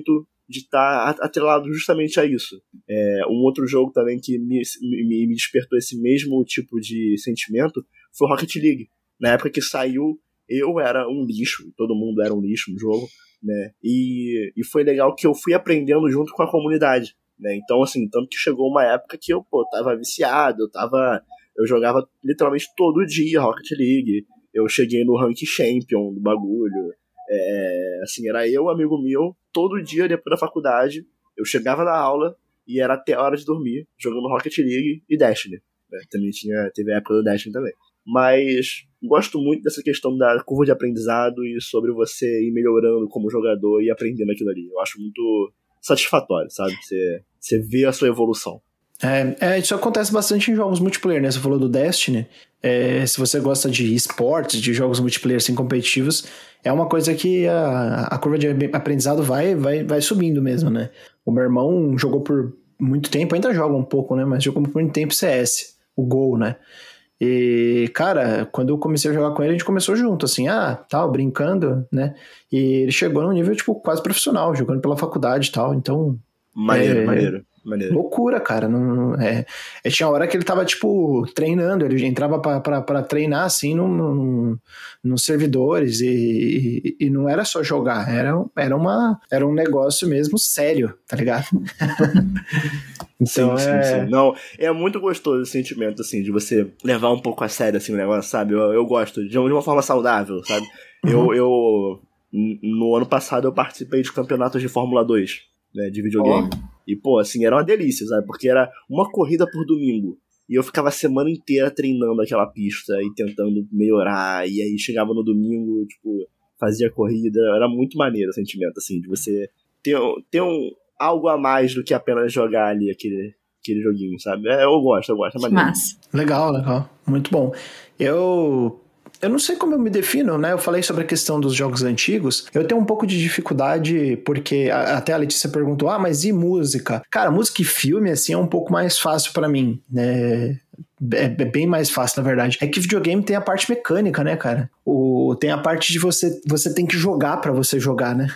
de estar tá atrelado justamente a isso. É, um outro jogo também que me, me, me despertou esse mesmo tipo de sentimento foi Rocket League. Na época que saiu, eu era um lixo, todo mundo era um lixo no jogo, né? E, e foi legal que eu fui aprendendo junto com a comunidade, né? Então, assim, tanto que chegou uma época que eu, pô, tava viciado, eu tava... Eu jogava literalmente todo dia Rocket League, eu cheguei no Rank Champion do bagulho, é, assim, era eu, amigo meu, todo dia depois da faculdade, eu chegava na aula e era até a hora de dormir, jogando Rocket League e Destiny, né? Também tinha, teve a época do Destiny também. Mas gosto muito dessa questão da curva de aprendizado e sobre você ir melhorando como jogador e aprendendo aquilo ali. Eu acho muito satisfatório, sabe? Você, você vê a sua evolução. É, é, isso acontece bastante em jogos multiplayer, né? Você falou do Destiny. É, se você gosta de esportes, de jogos multiplayer assim, competitivos, é uma coisa que a, a curva de aprendizado vai, vai, vai subindo mesmo, né? O meu irmão jogou por muito tempo, ainda joga um pouco, né? Mas jogou por muito tempo C S, o Gol, né? E, cara, quando eu comecei a jogar com ele, a gente começou junto, assim, ah, tal, brincando, né? E ele chegou num nível, tipo, quase profissional, jogando pela faculdade e tal, então... Maneiro, é, maneiro. Maneiro. Loucura, cara. Não, não, é, é, tinha hora que ele tava, tipo, treinando. Ele entrava pra, pra, pra treinar, assim, num, num, nos servidores. E, e, e não era só jogar. Era, era, uma, era um negócio mesmo sério, tá ligado? Então, sim, é... sim, sim. Não, é muito gostoso esse sentimento, assim, de você levar um pouco a sério, assim, o negócio, sabe? Eu, eu gosto, de uma forma saudável, sabe? Uhum. Eu, eu, no ano passado, eu participei de campeonatos de Fórmula dois, né, de videogame. Oh. E, pô, assim, era uma delícia, sabe? Porque era uma corrida por domingo. E eu ficava a semana inteira treinando aquela pista e tentando melhorar. E aí chegava no domingo, tipo, fazia corrida. Era muito maneiro o sentimento, assim, de você ter, ter um, algo a mais do que apenas jogar ali aquele, aquele joguinho, sabe? É, eu gosto, eu gosto, é maneiro. Massa. Legal, legal. Muito bom. Eu... Eu não sei como eu me defino, né? Eu falei sobre a questão dos jogos antigos. Eu tenho um pouco de dificuldade, porque a, até a Letícia perguntou, ah, mas e música? Cara, música e filme, assim, é um pouco mais fácil pra mim, né? É, é bem mais fácil, na verdade. É que videogame tem a parte mecânica, né, cara? O, tem a parte de você... Você tem que jogar pra você jogar, né?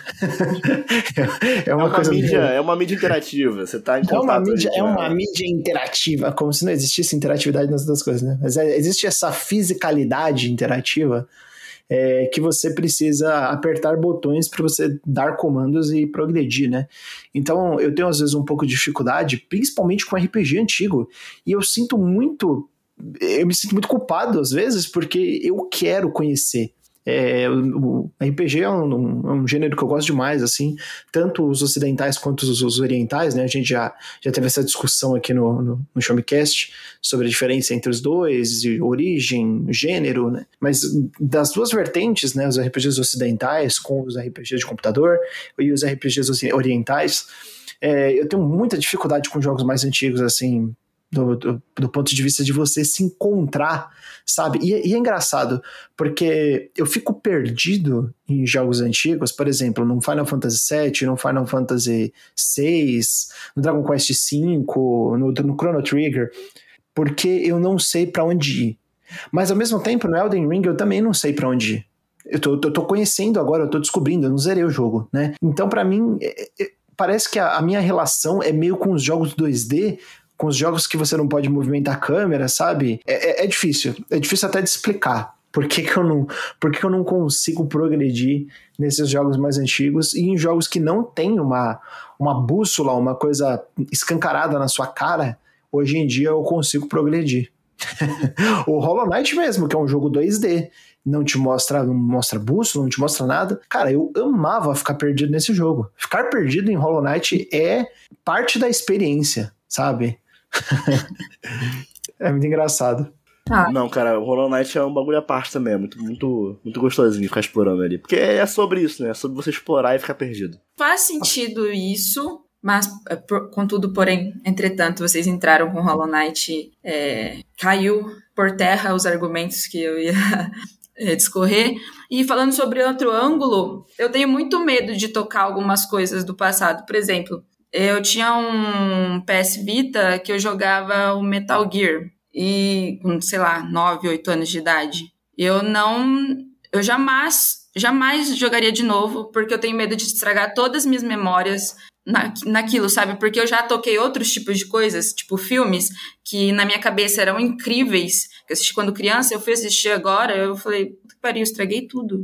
é, uma é, uma coisa mídia, é uma mídia interativa. Você tá em contato... É uma mídia, ali, é uma mídia interativa, como se não existisse interatividade nas duas coisas, né? Mas é, existe essa fisicalidade interativa é, que você precisa apertar botões para você dar comandos e progredir, né? Então, eu tenho às vezes um pouco de dificuldade, principalmente com R P G antigo, e eu sinto muito, eu me sinto muito culpado às vezes, porque eu quero conhecer. É, o R P G é um, um, um gênero que eu gosto demais, assim, tanto os ocidentais quanto os, os orientais, né? A gente já, já teve essa discussão aqui no, no, no Showmecast sobre a diferença entre os dois, origem, gênero, né? Mas das duas vertentes, né? Os R P Gs ocidentais com os R P Gs de computador e os R P Gs orientais, é, eu tenho muita dificuldade com jogos mais antigos, assim, Do, do, do ponto de vista de você se encontrar, sabe? E, e é engraçado, porque eu fico perdido em jogos antigos, por exemplo, no Final Fantasy sete, no Final Fantasy seis, no Dragon Quest cinco, no, no Chrono Trigger, porque eu não sei pra onde ir. Mas ao mesmo tempo, no Elden Ring, eu também não sei pra onde ir. Eu tô, eu tô conhecendo agora, eu tô descobrindo, eu não zerei o jogo, né? Então, pra mim, é, é, parece que a, a minha relação é meio com os jogos dois D, com os jogos que você não pode movimentar a câmera, sabe? É, é, é difícil. É difícil até de explicar por que, que, eu não, por que, que eu não consigo progredir nesses jogos mais antigos e em jogos que não tem uma, uma bússola, uma coisa escancarada na sua cara. Hoje em dia eu consigo progredir. O Hollow Knight mesmo, que é um jogo dois D, não te mostra, não mostra bússola, não te mostra nada. Cara, eu amava ficar perdido nesse jogo. Ficar perdido em Hollow Knight é parte da experiência, sabe? É muito engraçado. Ah. Não, cara, o Hollow Knight é um bagulho à parte também. É muito, muito, muito gostosinho ficar explorando ali. Porque é sobre isso, né? É sobre você explorar e ficar perdido. Faz sentido isso, mas, contudo, porém, entretanto, vocês entraram com o Hollow Knight, é, caiu por terra os argumentos que eu ia é, discorrer. E falando sobre outro ângulo, eu tenho muito medo de tocar algumas coisas do passado. Por exemplo, eu tinha um P S Vita que eu jogava o Metal Gear, e com, sei lá, nove, oito anos de idade. Eu não... Eu jamais, jamais jogaria de novo, porque eu tenho medo de estragar todas as minhas memórias na, naquilo, sabe? Porque eu já toquei outros tipos de coisas, tipo filmes, que na minha cabeça eram incríveis, que eu assisti quando criança, eu fui assistir agora, eu falei, puta que pariu, estraguei tudo.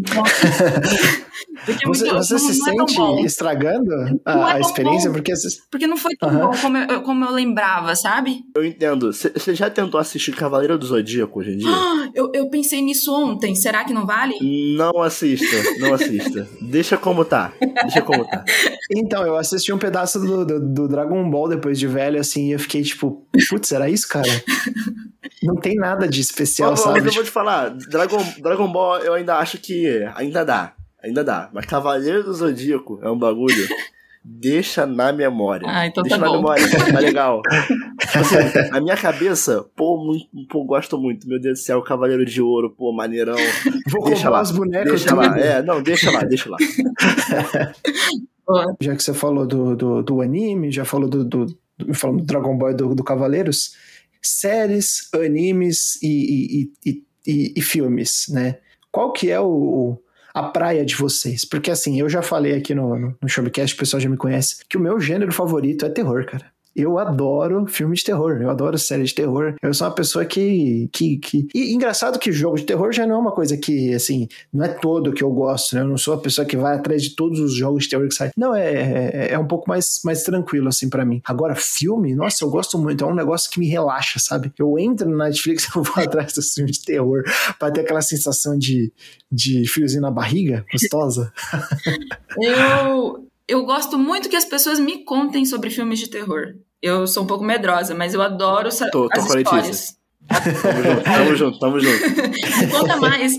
Porque você muito, você não, se não sente é estragando a, é a experiência? Porque, porque não foi tão uhum. bom como eu, como eu lembrava, sabe? Eu entendo. Você já tentou assistir Cavaleiro do Zodíaco hoje em dia? Ah, eu, eu pensei nisso ontem. Será que não vale? Não assista, não assista. Deixa como tá. Deixa como tá. Então, eu assisti um pedaço do, do, do Dragon Ball depois de velho, assim, e eu fiquei tipo, putz, era isso, cara? Não tem nada de especial, mas, sabe? Mas eu vou te falar, Dragon, Dragon Ball eu ainda acho que ainda dá, ainda dá. Mas Cavaleiro do Zodíaco é um bagulho, deixa na memória. Ah, então deixa tá na bom. memória, tá legal. Assim, na minha cabeça, pô, muito, pô, gosto muito. Meu Deus do céu, Cavaleiro de Ouro, pô, maneirão. Vou deixa lá, os bonecos deixa tudo. lá. É, não, deixa lá, deixa lá. Já que você falou do, do, do anime, já falou do, do, do, falando do Dragon Ball e do, do Cavaleiros, séries, animes e, e, e, e, e filmes, né? Qual que é o, a praia de vocês? Porque assim, eu já falei aqui no, no, no Showcast, o pessoal já me conhece, que o meu gênero favorito é terror, cara. Eu adoro filme de terror, eu adoro série de terror. Eu sou uma pessoa que... que, que... E engraçado que jogo de terror já não é uma coisa que, assim, não é todo que eu gosto, né? Eu não sou a pessoa que vai atrás de todos os jogos de terror que saem. Não, é, é, é um pouco mais, mais tranquilo, assim, pra mim. Agora, filme, nossa, eu gosto muito. É um negócio que me relaxa, sabe? Eu entro no Netflix e eu vou atrás dos filmes de terror pra ter aquela sensação de, de friozinho na barriga, gostosa. eu... Eu gosto muito que as pessoas me contem sobre filmes de terror. Eu sou um pouco medrosa, mas eu adoro sa- tô, tô as histórias. Tamo junto, tamo junto, tamo junto. Me conta mais.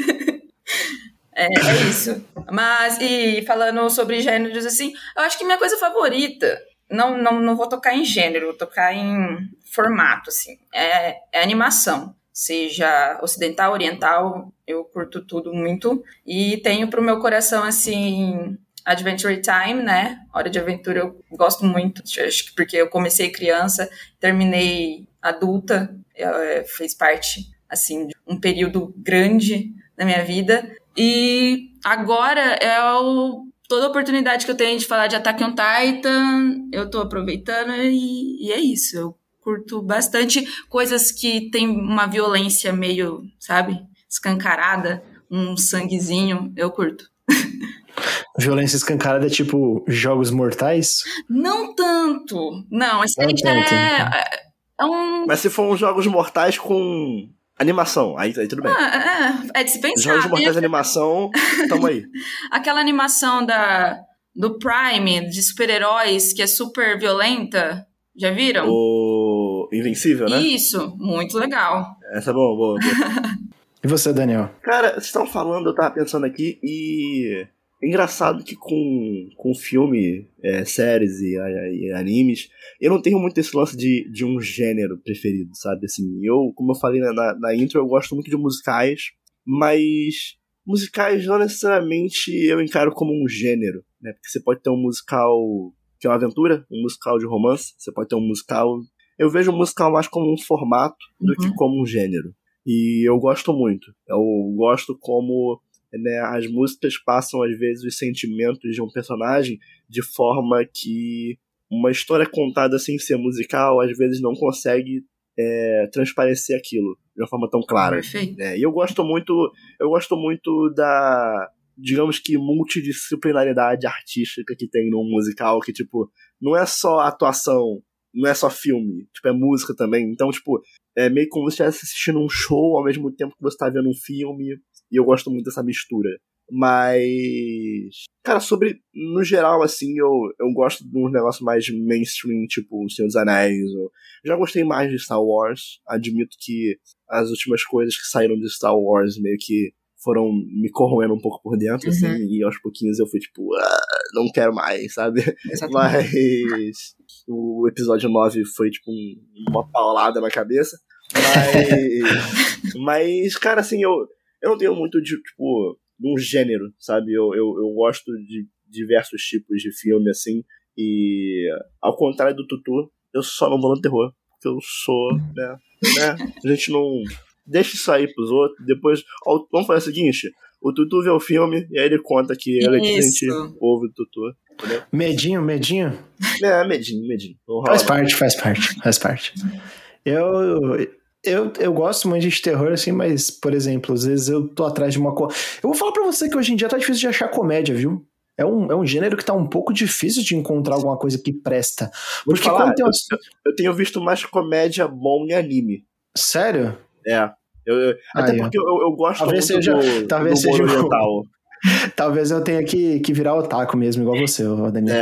é, é isso. Mas, e falando sobre gêneros, assim, eu acho que minha coisa favorita, não, não, não vou tocar em gênero, vou tocar em formato, assim, é, é animação. Seja ocidental, oriental, eu curto tudo muito. E tenho pro meu coração, assim... Adventure Time, né? Hora de Aventura eu gosto muito, acho que porque eu comecei criança, terminei adulta, é, fez parte, assim, de um período grande da minha vida. E agora é o, toda a oportunidade que eu tenho de falar de Attack on Titan, eu tô aproveitando e, e é isso. Eu curto bastante coisas que tem uma violência meio, sabe, escancarada, um sanguezinho, eu curto. Violência escancarada é tipo Jogos Mortais? Não tanto. Não, esse aí já é, é um... Mas se for uns Jogos Mortais com animação, aí, aí tudo bem. Ah, é, é de se pensar. Jogos Mortais de animação, tamo aí. Aquela animação da, do Prime, de super-heróis, que é super violenta, já viram? O Invencível, né? Isso, muito legal. Essa é boa, boa, boa. E você, Daniel? Cara, vocês estão falando, eu tava pensando aqui, e... É engraçado que com, com filme, é, séries e, e animes, eu não tenho muito esse lance de, de um gênero preferido, sabe? Assim, eu, como eu falei na, na, na intro, eu gosto muito de musicais, mas musicais não necessariamente eu encaro como um gênero, né? Porque você pode ter um musical que é uma aventura, um musical de romance, você pode ter um musical... Eu vejo o musical mais como um formato do uhum. que como um gênero. E eu gosto muito. Eu gosto como... Né, as músicas passam às vezes os sentimentos de um personagem de forma que uma história contada sem ser musical às vezes não consegue é, transparecer aquilo de uma forma tão clara. Perfeito. Né? E eu gosto muito eu gosto muito da, digamos que, multidisciplinaridade artística que tem num musical, que tipo, não é só atuação, não é só filme, tipo, é música também. Então, tipo, é meio como se você estivesse assistindo um show ao mesmo tempo que você está vendo um filme. E eu gosto muito dessa mistura. Mas... Cara, sobre... No geral, assim, eu, eu gosto de uns negócios mais mainstream, tipo O Senhor dos Anéis. Ou... Já gostei mais de Star Wars. Admito que as últimas coisas que saíram de Star Wars meio que foram me corroendo um pouco por dentro, uhum. assim. E aos pouquinhos eu fui tipo... Ah, não quero mais, sabe? Exatamente. Mas... O episódio nove foi, tipo, um, uma paulada na cabeça. Mas... Mas, cara, assim, eu... Eu não tenho muito de, tipo, de um gênero, sabe? Eu, eu, eu gosto de diversos tipos de filme, assim. E, ao contrário do Tutu, eu só não vou no terror. Porque eu sou, né? né? A gente não... Deixa isso aí pros outros. Depois... Ó, vamos fazer o seguinte. o Tutu vê o filme e aí ele conta que ele que a gente ouve o Tutu. Entendeu? Medinho, medinho? É, medinho, medinho. Faz parte, faz parte, faz parte. Eu, eu, eu gosto muito de terror, assim, mas, por exemplo, às vezes eu tô atrás de uma coisa... Eu vou falar pra você que hoje em dia tá difícil de achar comédia, viu? É um, é um gênero que tá um pouco difícil de encontrar alguma coisa que presta. Vou Porque falar, quando tem eu, umas... eu tenho visto mais comédia bom em anime. Sério? É. Eu, eu, até Aí, porque eu, eu gosto talvez muito seja, do, talvez do humor seja oriental. Talvez eu tenha que, que virar otaku mesmo, igual você, Daniel.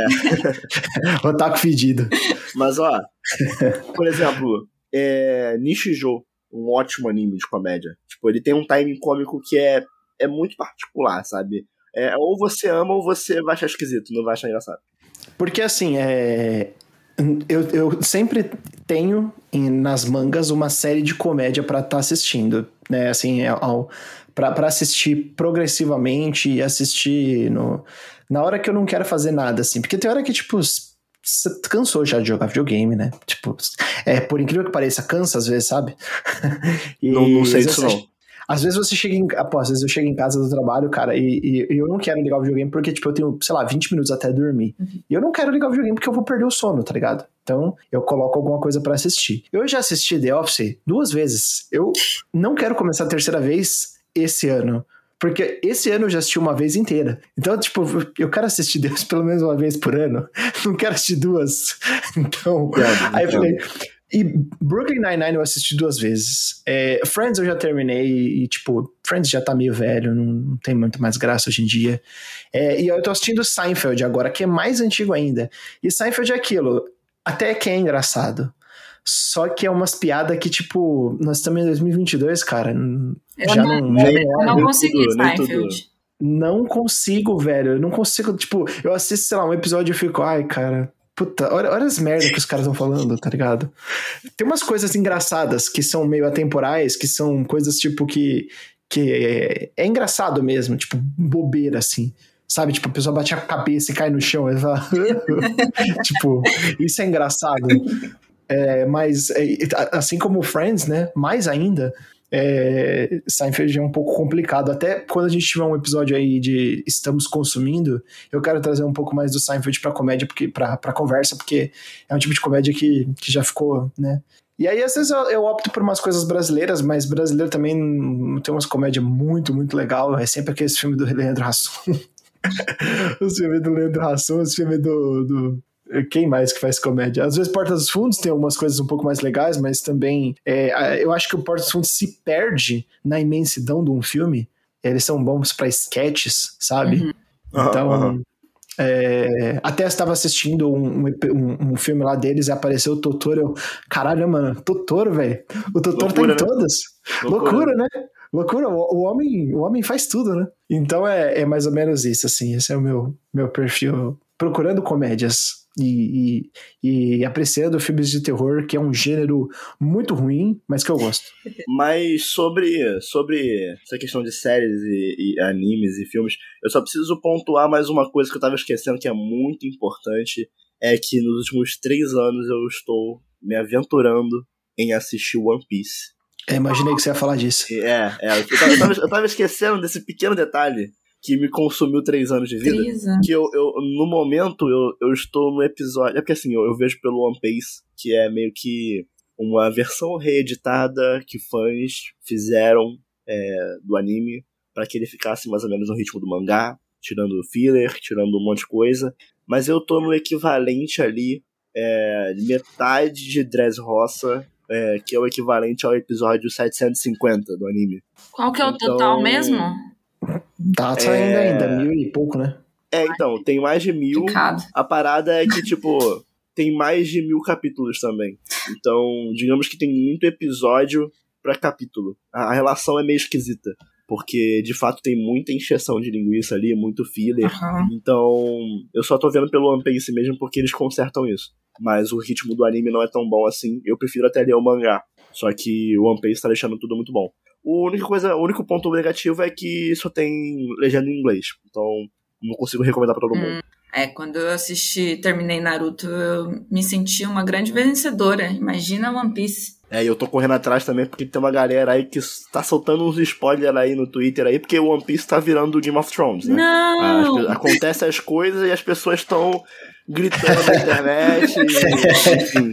É. Otaku fedido. Mas, ó, por exemplo, é, Nishijou, um ótimo anime de comédia. Tipo, ele tem um timing cômico que é, é muito particular, sabe? É, ou você ama ou você vai achar esquisito, não vai achar engraçado. Porque, assim, é... Eu, eu sempre tenho em, nas mangas uma série de comédia pra estar tá assistindo, né? Assim, ao... Pra, pra assistir progressivamente e assistir no, na hora que eu não quero fazer nada, assim. Porque tem hora que, tipo, você cansou já de jogar videogame, né? Tipo, é, por incrível que pareça, cansa às vezes, sabe? E não, não sei disso, não. Às vezes você chega em... Pô, às vezes eu chego em casa do trabalho, cara, e, e, e eu não quero ligar o videogame porque, tipo, eu tenho, sei lá, vinte minutos até dormir. Uhum. E eu não quero ligar o videogame porque eu vou perder o sono, tá ligado? Então, eu coloco alguma coisa pra assistir. Eu já assisti The Office duas vezes. Eu não quero começar a terceira vez esse ano. Porque esse ano eu já assisti uma vez inteira. Então, tipo, eu quero assistir Deus pelo menos uma vez por ano. Não quero assistir duas. Então, é, aí eu falei... E Brooklyn Nine-Nine eu assisti duas vezes. É, Friends eu já terminei e, tipo, Friends já tá meio velho, não, não tem muito mais graça hoje em dia. É, e eu tô assistindo Seinfeld agora, que é mais antigo ainda. E Seinfeld é aquilo, até que é engraçado. Só que é umas piadas que, tipo, nós estamos em dois mil e vinte e dois, cara. Eu já não, não, já eu não, não consegui tudo, Seinfeld. Não consigo, velho. Eu não consigo, tipo, eu assisto, sei lá, um episódio e fico, ai, cara... Puta, olha, olha as merdas que os caras estão falando, tá ligado? Tem umas coisas engraçadas que são meio atemporais, que são coisas, tipo, que, que é, é engraçado mesmo, tipo, bobeira, assim. Sabe? Tipo, a pessoa bate a cabeça e cai no chão e fala... tipo, isso é engraçado. É, mas, é, assim como Friends, né? Mais ainda... É, Seinfeld é um pouco complicado. Até quando a gente tiver um episódio aí de estamos consumindo, eu quero trazer um pouco mais do Seinfeld pra comédia, porque, pra, pra conversa, porque é um tipo de comédia que, que já ficou, né? E aí às vezes eu, eu opto por umas coisas brasileiras, mas brasileiro também não tem umas comédias muito, muito legal. É sempre aquele filme do Leandro Hassum. Os filmes do Leandro Hassum, os filmes do... do... Quem mais que faz comédia? Às vezes Porta dos Fundos tem algumas coisas um pouco mais legais, mas também é, eu acho que o Porta dos Fundos se perde na imensidão de um filme. Eles são bons pra sketches, sabe? Uhum. Então, uhum. É, até eu estava assistindo um, um, um filme lá deles e apareceu o Totoro. Eu, caralho, mano, Totoro, velho. O Totoro Loucura, tá em todas. Né? Loucura. Loucura, né? Loucura, o, o, homem, o homem faz tudo, né? Então é, é mais ou menos isso, assim. Esse é o meu, meu perfil. Procurando comédias. E, e, e apreciando filmes de terror, que é um gênero muito ruim, mas que eu gosto. Mas sobre, sobre essa questão de séries e, e animes e filmes, eu só preciso pontuar mais uma coisa que eu tava esquecendo, que é muito importante, é que nos últimos três anos eu estou me aventurando em assistir One Piece. Eu imaginei que você ia falar disso. É, é eu, tava, eu, tava, eu tava esquecendo desse pequeno detalhe que me consumiu três anos de vida. Que eu, eu no momento, eu, eu estou no episódio... É porque assim, eu, eu vejo pelo One Piece, que é meio que uma versão reeditada que fãs fizeram é, do anime para que ele ficasse mais ou menos no ritmo do mangá, tirando filler, tirando um monte de coisa. Mas eu tô no equivalente ali, é, metade de Dressrosa, é, que é o equivalente ao episódio setecentos e cinquenta do anime. Qual que é o então... total mesmo? Tá saindo é... ainda, mil e pouco, né? É, então, tem mais de mil. Picado. A parada é que, tipo, tem mais de mil capítulos também. Então, digamos que tem muito episódio pra capítulo. A relação é meio esquisita. Porque, de fato, tem muita encheção de linguiça ali, muito filler. Uhum. Então, eu só tô vendo pelo One Piece mesmo porque eles consertam isso. Mas o ritmo do anime não é tão bom assim. Eu prefiro até ler o mangá. Só que o One Piece tá deixando tudo muito bom. O único, coisa, o único ponto negativo é que só tem legenda em inglês. Então, não consigo recomendar pra todo mundo. Hum. É, quando eu assisti, terminei Naruto, eu me senti uma grande vencedora. Imagina One Piece. É, e eu tô correndo atrás também porque tem uma galera aí que tá soltando uns spoilers aí no Twitter aí, porque o One Piece tá virando o Game of Thrones, né? Não! As, acontece as coisas e as pessoas estão gritando na internet, e, enfim.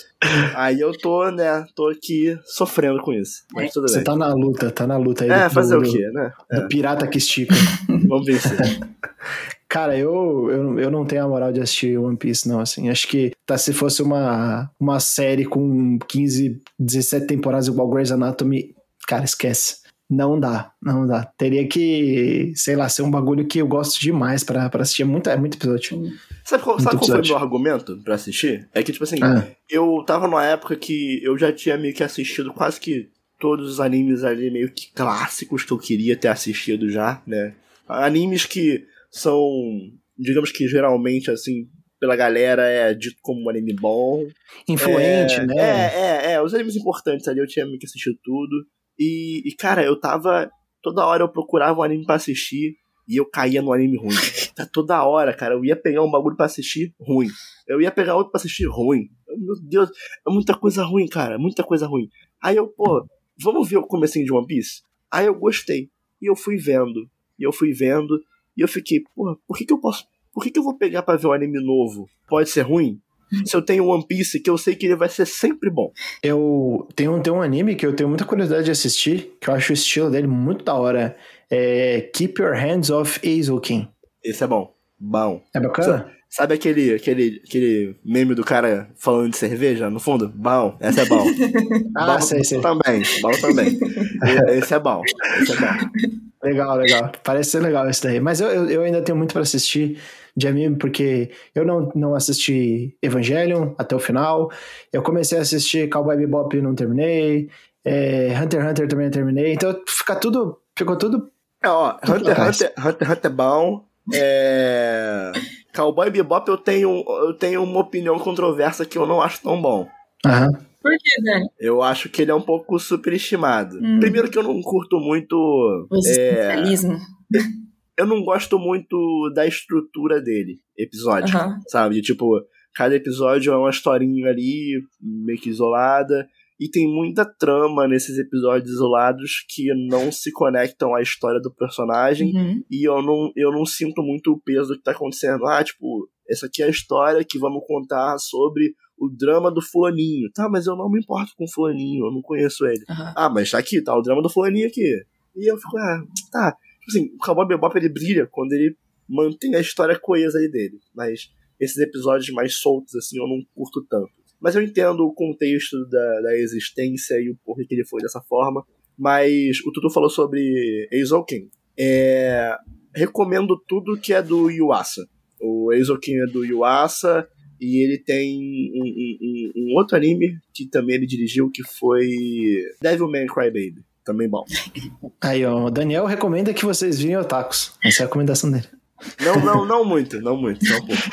Aí eu tô, né, tô aqui sofrendo com isso, mas tudo Você bem. tá na luta, tá na luta aí. É, do, fazer do, o quê, né? É. Do pirata que estica. Vamos vencer. Cara, eu, eu, eu não tenho a moral de assistir One Piece, não, assim. Acho que tá, se fosse uma, uma série com quinze, dezessete temporadas igual Grey's Anatomy, cara, esquece. Não dá, não dá. Teria que, sei lá, ser um bagulho que eu gosto demais pra, pra assistir. É muito, é muito episódio. Sabe qual, muito sabe qual foi o episódio. meu argumento pra assistir? É que, tipo assim, Ah. eu tava numa época que eu já tinha meio que assistido quase que todos os animes ali meio que clássicos que eu queria ter assistido já, né? Animes que são, digamos que geralmente, assim, pela galera é dito como um anime bom. Influente, é, né? É, é, é. Os animes importantes ali eu tinha meio que assistido tudo. E, e, cara, eu tava... Toda hora eu procurava um anime pra assistir e eu caía no anime ruim. Tá toda hora, cara. Eu ia pegar um bagulho pra assistir, ruim. Eu ia pegar outro pra assistir, ruim. Meu Deus, é muita coisa ruim, cara. Muita coisa ruim. Aí eu, pô, vamos ver o comecinho de One Piece? Aí eu gostei. E eu fui vendo. E eu fui vendo. E eu fiquei, pô, por que que eu posso... Por que que eu vou pegar pra ver um anime novo? Pode ser ruim? Se eu tenho One Piece, que eu sei que ele vai ser sempre bom. Eu tenho, tenho um anime que eu tenho muita curiosidade de assistir, que eu acho o estilo dele muito da hora. É Keep Your Hands Off Eizouken. Esse é bom. Bom. É bacana? Sabe aquele, aquele, aquele meme do cara falando de cerveja no fundo? Bom, esse é bom. Ah, bom, sei, sei. Bom também, bom também. Esse é bom, esse é bom. Legal, legal. Parece ser legal esse daí. Mas eu, eu, eu ainda tenho muito pra assistir de anime, porque eu não, não assisti Evangelion até o final. Eu comecei a assistir Cowboy Bebop e não terminei. É, Hunter x Hunter também não terminei. Então fica tudo, ficou tudo... É, ó, tudo Hunter pra x Hunter, Hunter, Hunter é bom. É... Cowboy Bebop eu tenho, eu tenho uma opinião controversa que eu não acho tão bom. Aham. Por que, velho? Eu acho que ele é um pouco superestimado. Hum. Primeiro que eu não curto muito... O existencialismo. É... Eu não gosto muito da estrutura dele, episódio, Uhum. sabe? De, tipo, cada episódio é uma historinha ali, meio que isolada, e tem muita trama nesses episódios isolados que não se conectam à história do personagem, Uhum. e eu não, eu não sinto muito o peso do que tá acontecendo. Ah, tipo, essa aqui é a história que vamos contar sobre o drama do fulaninho. Tá, mas eu não me importo com o fulaninho, eu não conheço ele. Uhum. Ah, mas tá aqui, tá o drama do fulaninho aqui. E eu fico, ah, tá... Assim, o Cowboy Bebop ele brilha quando ele mantém a história coesa aí dele. Mas esses episódios mais soltos, assim, eu não curto tanto. Mas eu entendo o contexto da, da existência e o porquê que ele foi dessa forma. Mas o Tutu falou sobre Eizouken. É, recomendo tudo que é do Yuasa. O Eizouken é do Yuasa e ele tem um, um, um, um outro anime que também ele dirigiu que foi Devilman Crybaby. Também bom. Aí, ó, o Daniel recomenda que vocês virem Otakus. Essa é a recomendação dele. Não, não, não muito, não muito, só um pouco.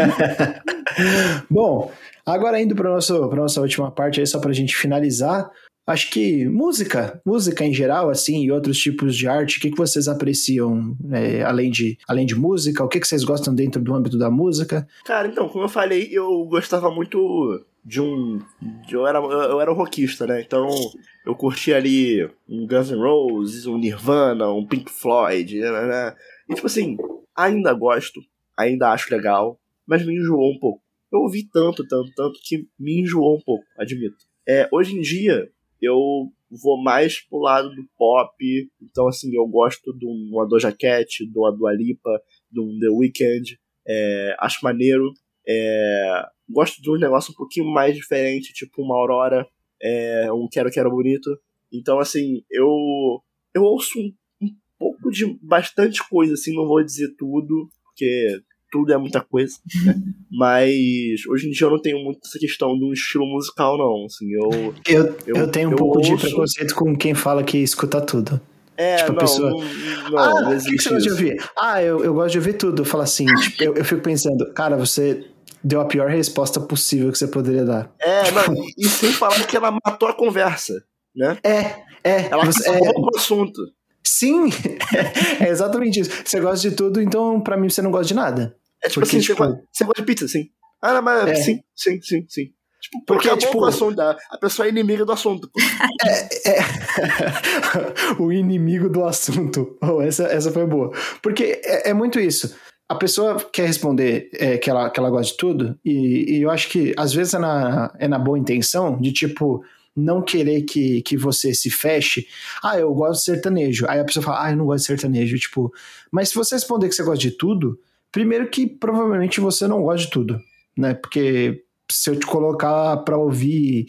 Bom, agora indo para a nossa última parte aí, só pra gente finalizar, acho que música, música em geral, assim, e outros tipos de arte, o que, que vocês apreciam, é, além, de, além de música? O que, que vocês gostam dentro do âmbito da música? Cara, então, como eu falei, eu gostava muito de um... De, eu, era, eu era um rockista, né? Então, eu curtia ali um Guns N' Roses, um Nirvana, um Pink Floyd, né? E, tipo assim, ainda gosto, ainda acho legal, mas me enjoou um pouco. Eu ouvi tanto, tanto, tanto, que me enjoou um pouco, admito. É, hoje em dia, eu vou mais pro lado do pop, então, assim, eu gosto de uma Doja Cat, de uma Dua Lipa, de um The Weeknd, é, acho maneiro. É, gosto de um negócio um pouquinho mais diferente, tipo uma Aurora, é, um Quero Quero Bonito. Então, assim, eu, eu ouço um, um pouco de bastante coisa, assim, não vou dizer tudo, porque tudo é muita coisa, né? Mas hoje em dia eu não tenho muito essa questão de um estilo musical, não. Assim, eu, Eu, eu, eu tenho um eu pouco ouço... de preconceito com quem fala que escuta tudo. É, tipo, a não, pessoa... não, não, ah, não o que, existe que você gosta de isso. ouvir? Ah, eu, eu gosto de ouvir tudo. Fala assim, tipo, eu, eu fico pensando, cara, você deu a pior resposta possível que você poderia dar. É, não, e, e sem falar que ela matou a conversa, né? É, é. Ela você, acabou é com o assunto. sim, é exatamente isso. Você gosta de tudo, então pra mim você não gosta de nada. É tipo Porque, assim, tipo, você, gosta, você gosta de pizza, sim. Ah, não, mas É. sim, sim, sim, sim. Tipo, Porque, acabou tipo- com o assunto, a, a pessoa é inimiga do assunto, pô. É. O inimigo do assunto. Oh, essa, essa foi boa. Porque é, é muito isso. A pessoa quer responder é, que, ela, que ela gosta de tudo, e, e eu acho que às vezes é na, é na boa intenção de tipo. Não querer que, que você se feche. Ah, eu gosto de sertanejo. Aí a pessoa fala, ah, eu não gosto de sertanejo. Tipo, mas se você responder que você gosta de tudo, primeiro que provavelmente você não gosta de tudo, né? Porque se eu te colocar pra ouvir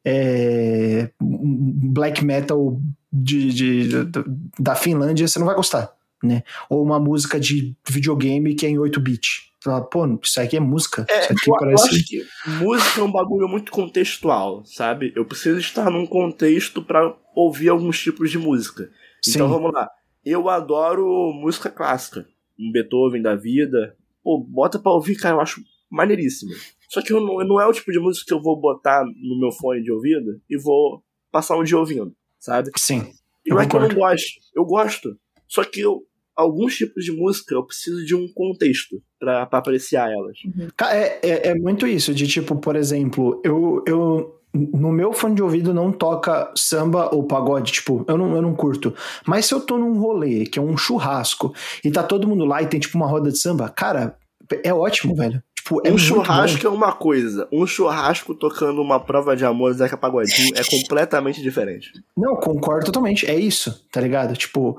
é, black metal de, de, de- da Finlândia, você não vai gostar, né? Ou uma música de videogame que é em oito bit. Você fala, pô, isso aqui é música. É, Isso aqui eu, parece... eu acho que música é um bagulho muito contextual, sabe? Eu preciso estar num contexto pra ouvir alguns tipos de música. Então Sim. vamos lá. Eu adoro música clássica. Um Beethoven da vida. Pô, bota pra ouvir, cara, eu acho maneiríssimo. Só que eu não, não é o tipo de música que eu vou botar no meu fone de ouvido e vou passar um dia ouvindo, sabe? Sim. E não é que eu não concordo. gosto. Eu gosto. Só que eu, alguns tipos de música eu preciso de um contexto pra, pra apreciar elas. Ca- É, é, é muito isso, de tipo, por exemplo, eu, eu no meu fone de ouvido não toca samba ou pagode, tipo, eu não, eu não curto. Mas se eu tô num rolê, que é um churrasco, e tá todo mundo lá e tem tipo uma roda de samba, cara, é ótimo, velho. Tipo, é Um muito churrasco bom. é uma coisa. Um churrasco tocando uma prova de amor Zeca Pagodinho é completamente diferente. Não, concordo totalmente, é isso, tá ligado? Tipo,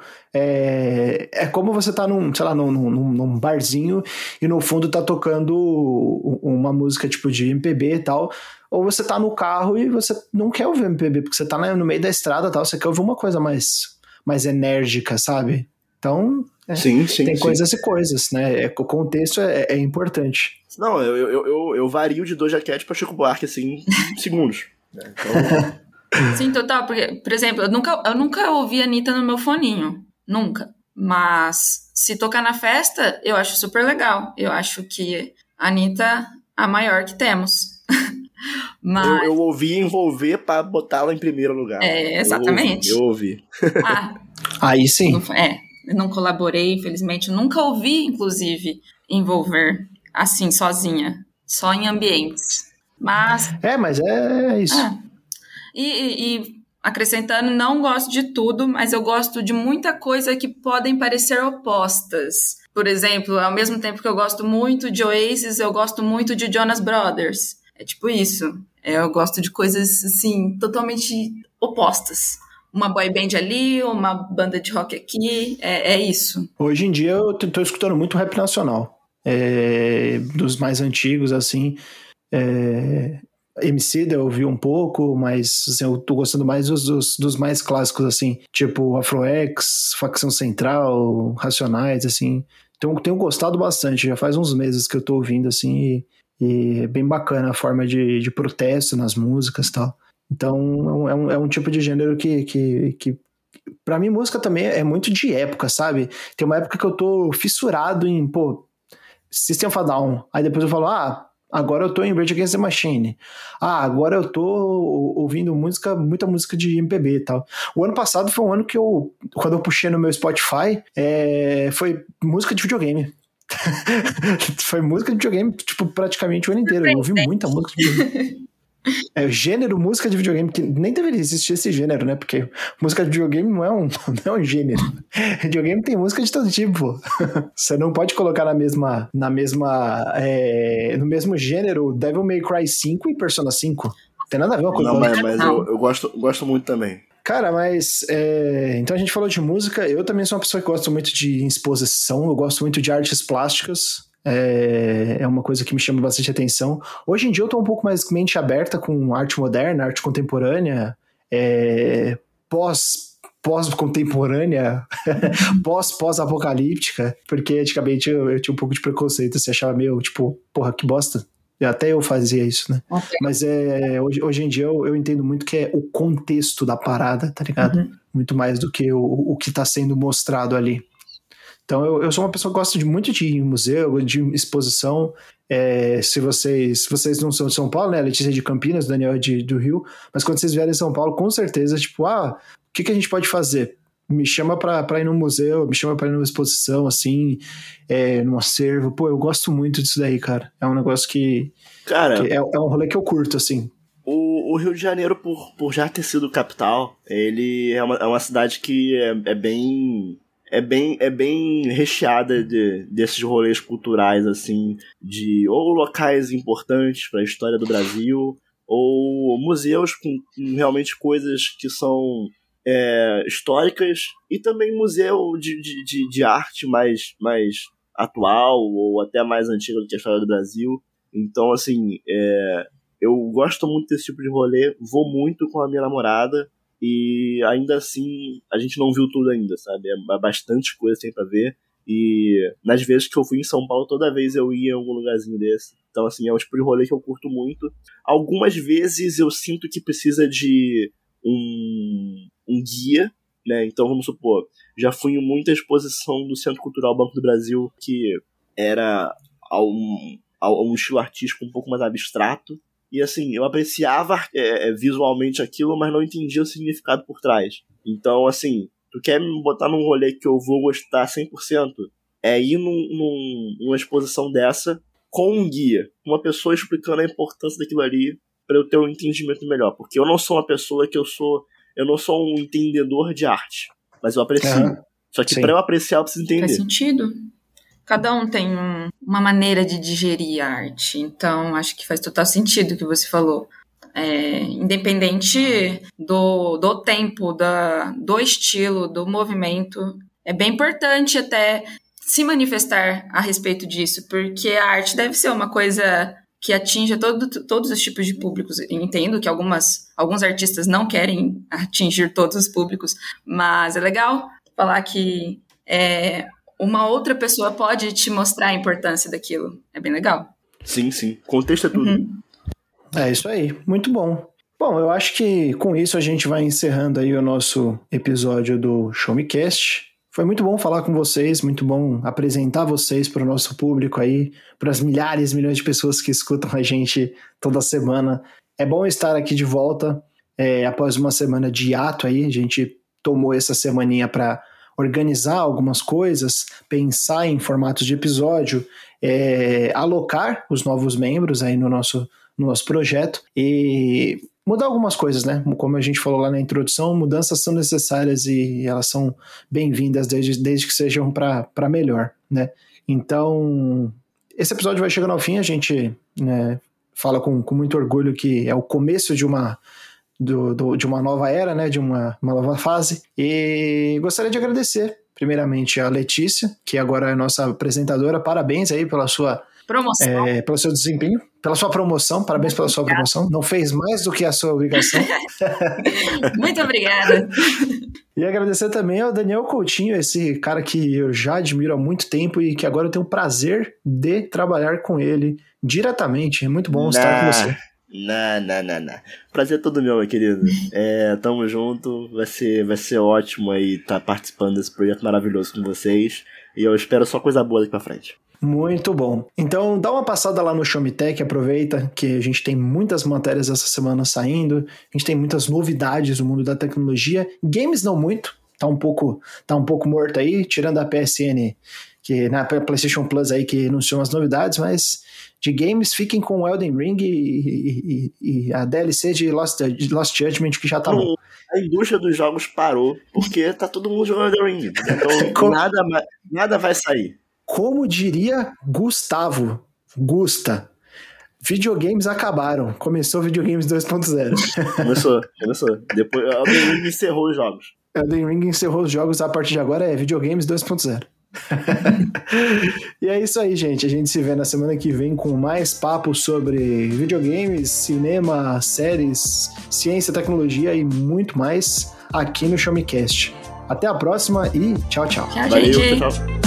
é, é como você tá num, sei lá, num, num, num barzinho e no fundo tá tocando uma música tipo de M P B e tal, ou você tá no carro e você não quer ouvir M P B, porque você tá né, no meio da estrada e tal, você quer ouvir uma coisa mais, mais enérgica, sabe? Então, é, Sim, sim, tem sim. coisas e coisas, né? É, o contexto é, é importante. Não, eu, eu, eu, eu vario de Doja Cat pra Chico Buarque, assim, em segundos. né? Então, Sim, total. Porque, por exemplo, eu nunca, eu nunca ouvi a Anitta no meu foninho. Nunca. Mas se tocar na festa, eu acho super legal. Eu acho que a Anitta a maior que temos. Mas, eu, eu ouvi envolver pra botá-la em primeiro lugar. É, exatamente. Eu ouvi. Eu ouvi. ah, Aí sim. não, é, eu não colaborei, infelizmente. Eu nunca ouvi, inclusive, envolver assim, sozinha. Só em ambientes. Mas, É, mas é isso. ah, e, e- e acrescentando, não gosto de tudo, mas eu gosto de muita coisa que podem parecer opostas. Por exemplo, ao mesmo tempo que eu gosto muito de Oasis, eu gosto muito de Jonas Brothers. É tipo isso. É, eu gosto de coisas, assim, totalmente opostas. Uma boy band ali, uma banda de rock aqui, é, é isso. Hoje em dia eu tô tô escutando muito rap nacional. É, dos mais antigos, assim. É, Emicida eu ouvi um pouco, mas assim, eu tô gostando mais dos, dos, dos mais clássicos, assim. Tipo Afro-X, Facção Central, Racionais, assim. Então tenho gostado bastante. Já faz uns meses que eu tô ouvindo, assim, e, e é bem bacana a forma de, de protesto nas músicas e tal. Então é um, é um tipo de gênero que, que, que pra mim, música também é muito de época, sabe? Tem uma época que eu tô fissurado em, pô, System of a Down. Aí depois eu falo, ah, agora eu tô em Rage Against the Machine. Ah, agora eu tô ouvindo música, muita música de M P B e tal. O ano passado foi um ano que eu, quando eu puxei no meu Spotify, é, foi música de videogame. Foi música de videogame, tipo, praticamente o ano inteiro. Eu ouvi muita música de videogame. É, gênero, música de videogame, que nem deveria existir esse gênero, né? Porque música de videogame não é um, não é um gênero. Videogame tem música de todo tipo. Você não pode colocar na mesma, na mesma, é, no mesmo gênero Devil May Cry cinco e Persona cinco. Não tem nada a ver uma coisa Não, com a mas, outra. mas eu, eu gosto, gosto muito também. Cara, mas é, então a gente falou de música. Eu também sou uma pessoa que gosta muito de exposição. Eu gosto muito de artes plásticas. É, é uma coisa que me chama bastante atenção. Hoje em dia eu tô um pouco mais mente aberta com arte moderna, arte contemporânea, é, pós, pós-contemporânea, pós, pós-apocalíptica, porque antigamente eu, eu tinha um pouco de preconceito, você achava meio, tipo, porra, que bosta. Até eu fazia isso, né? Ok. Mas é, hoje, hoje em dia eu, eu entendo muito que é o contexto da parada, tá ligado? Uhum. Muito mais do que o, o que tá sendo mostrado ali. Então eu, eu sou uma pessoa que gosta de muito de ir em museu, de exposição. É, se, vocês, se vocês não são de São Paulo, né? A Letícia é de Campinas, o Daniel é de, do Rio. Mas quando vocês vierem em São Paulo, com certeza, tipo, ah, o que, que a gente pode fazer? Me chama pra, pra ir no museu, me chama pra ir numa exposição, assim, é, num acervo. Pô, eu gosto muito disso daí, cara. É um negócio que... Cara... que é, é um rolê que eu curto, assim. O, o Rio de Janeiro, por, por já ter sido capital, ele é uma, é uma cidade que é, é bem... É bem, é bem recheada de, desses rolês culturais, assim, de ou locais importantes para a história do Brasil, ou museus com, com realmente coisas que são é, históricas, e também museu de, de, de, de arte mais, mais atual, ou até mais antiga do que a história do Brasil. Então, assim, é, eu gosto muito desse tipo de rolê, vou muito com a minha namorada, e ainda assim, a gente não viu tudo ainda, sabe? É bastante coisa tem pra ver. E nas vezes que eu fui em São Paulo, toda vez eu ia em algum lugarzinho desse. Então, assim, é um tipo de rolê que eu curto muito. Algumas vezes eu sinto que precisa de um, um guia, né? Então, vamos supor, já fui em muita exposição do Centro Cultural Banco do Brasil que era a um, a um estilo artístico um pouco mais abstrato. E assim, eu apreciava é, visualmente aquilo, mas não entendia o significado por trás. Então, assim, tu quer me botar num rolê que eu vou gostar cem por cento? É ir num, num, numa exposição dessa com um guia, uma pessoa explicando a importância daquilo ali para eu ter um entendimento melhor. Porque eu não sou uma pessoa que eu sou... Eu não sou um entendedor de arte, mas eu aprecio. Uhum. Só que para eu apreciar, eu preciso entender. Faz sentido. Cada um tem um, uma maneira de digerir a arte, então acho que faz total sentido o que você falou. É, independente do, do tempo, da, do estilo, do movimento, é bem importante até se manifestar a respeito disso, porque a arte deve ser uma coisa que atinja todo, todos os tipos de públicos. Eu entendo que algumas, alguns artistas não querem atingir todos os públicos, mas é legal falar que... É, uma outra pessoa pode te mostrar a importância daquilo. É bem legal. Sim, sim. Contexto é tudo. Uhum. É isso aí. Muito bom. Bom, eu acho que com isso a gente vai encerrando aí o nosso episódio do Show Me Cast. Foi muito bom falar com vocês, muito bom apresentar vocês para o nosso público aí, para as milhares, milhões de pessoas que escutam a gente toda semana. É bom estar aqui de volta é, após uma semana de hiato aí. A gente tomou essa semaninha para organizar algumas coisas, pensar em formatos de episódio, é, alocar os novos membros aí no nosso, no nosso projeto e mudar algumas coisas, né? Como a gente falou lá na introdução, mudanças são necessárias e elas são bem-vindas desde, desde que sejam para melhor, né? Então, esse episódio vai chegando ao fim, a gente né, fala com, com muito orgulho que é o começo de uma... Do, do, de uma nova era, né, de uma, uma nova fase, e gostaria de agradecer primeiramente a Letícia, que agora é nossa apresentadora. Parabéns aí pela sua promoção, é, pelo seu desempenho, pela sua promoção, parabéns pela sua promoção, não fez mais do que a sua obrigação. Muito obrigada. E agradecer também ao Daniel Coutinho, esse cara que eu já admiro há muito tempo e que agora eu tenho o prazer de trabalhar com ele diretamente. É muito bom estar com você. Não, não, não, não. Prazer é todo meu, meu querido. É, tamo junto. Vai ser, vai ser ótimo aí estar tá participando desse projeto maravilhoso com vocês. E eu espero só coisa boa daqui pra frente. Muito bom. Então dá uma passada lá no Show Me Tech, aproveita que a gente tem muitas matérias essa semana saindo. A gente tem muitas novidades no mundo da tecnologia. Games não muito. Tá um pouco, tá um pouco morto aí, tirando a P S N, que na PlayStation Plus aí que anunciou umas novidades, mas... de games, fiquem com o Elden Ring e, e, e a D L C de Lost, de Lost Judgment, que já tá bom. A indústria dos jogos parou, porque tá todo mundo jogando Elden Ring. Então como, nada, nada vai sair. Como diria Gustavo, Gusta, videogames acabaram. Começou videogames dois ponto zero. Começou, começou. Depois Elden Ring encerrou os jogos. Elden Ring encerrou os jogos, a partir de agora é videogames dois ponto zero. E é isso aí, gente. A gente se vê na semana que vem com mais papo sobre videogames, cinema, séries, ciência, tecnologia e muito mais aqui no Show Me Cast. Até a próxima e tchau, tchau. Tchau, Valeu, gente. tchau, tchau.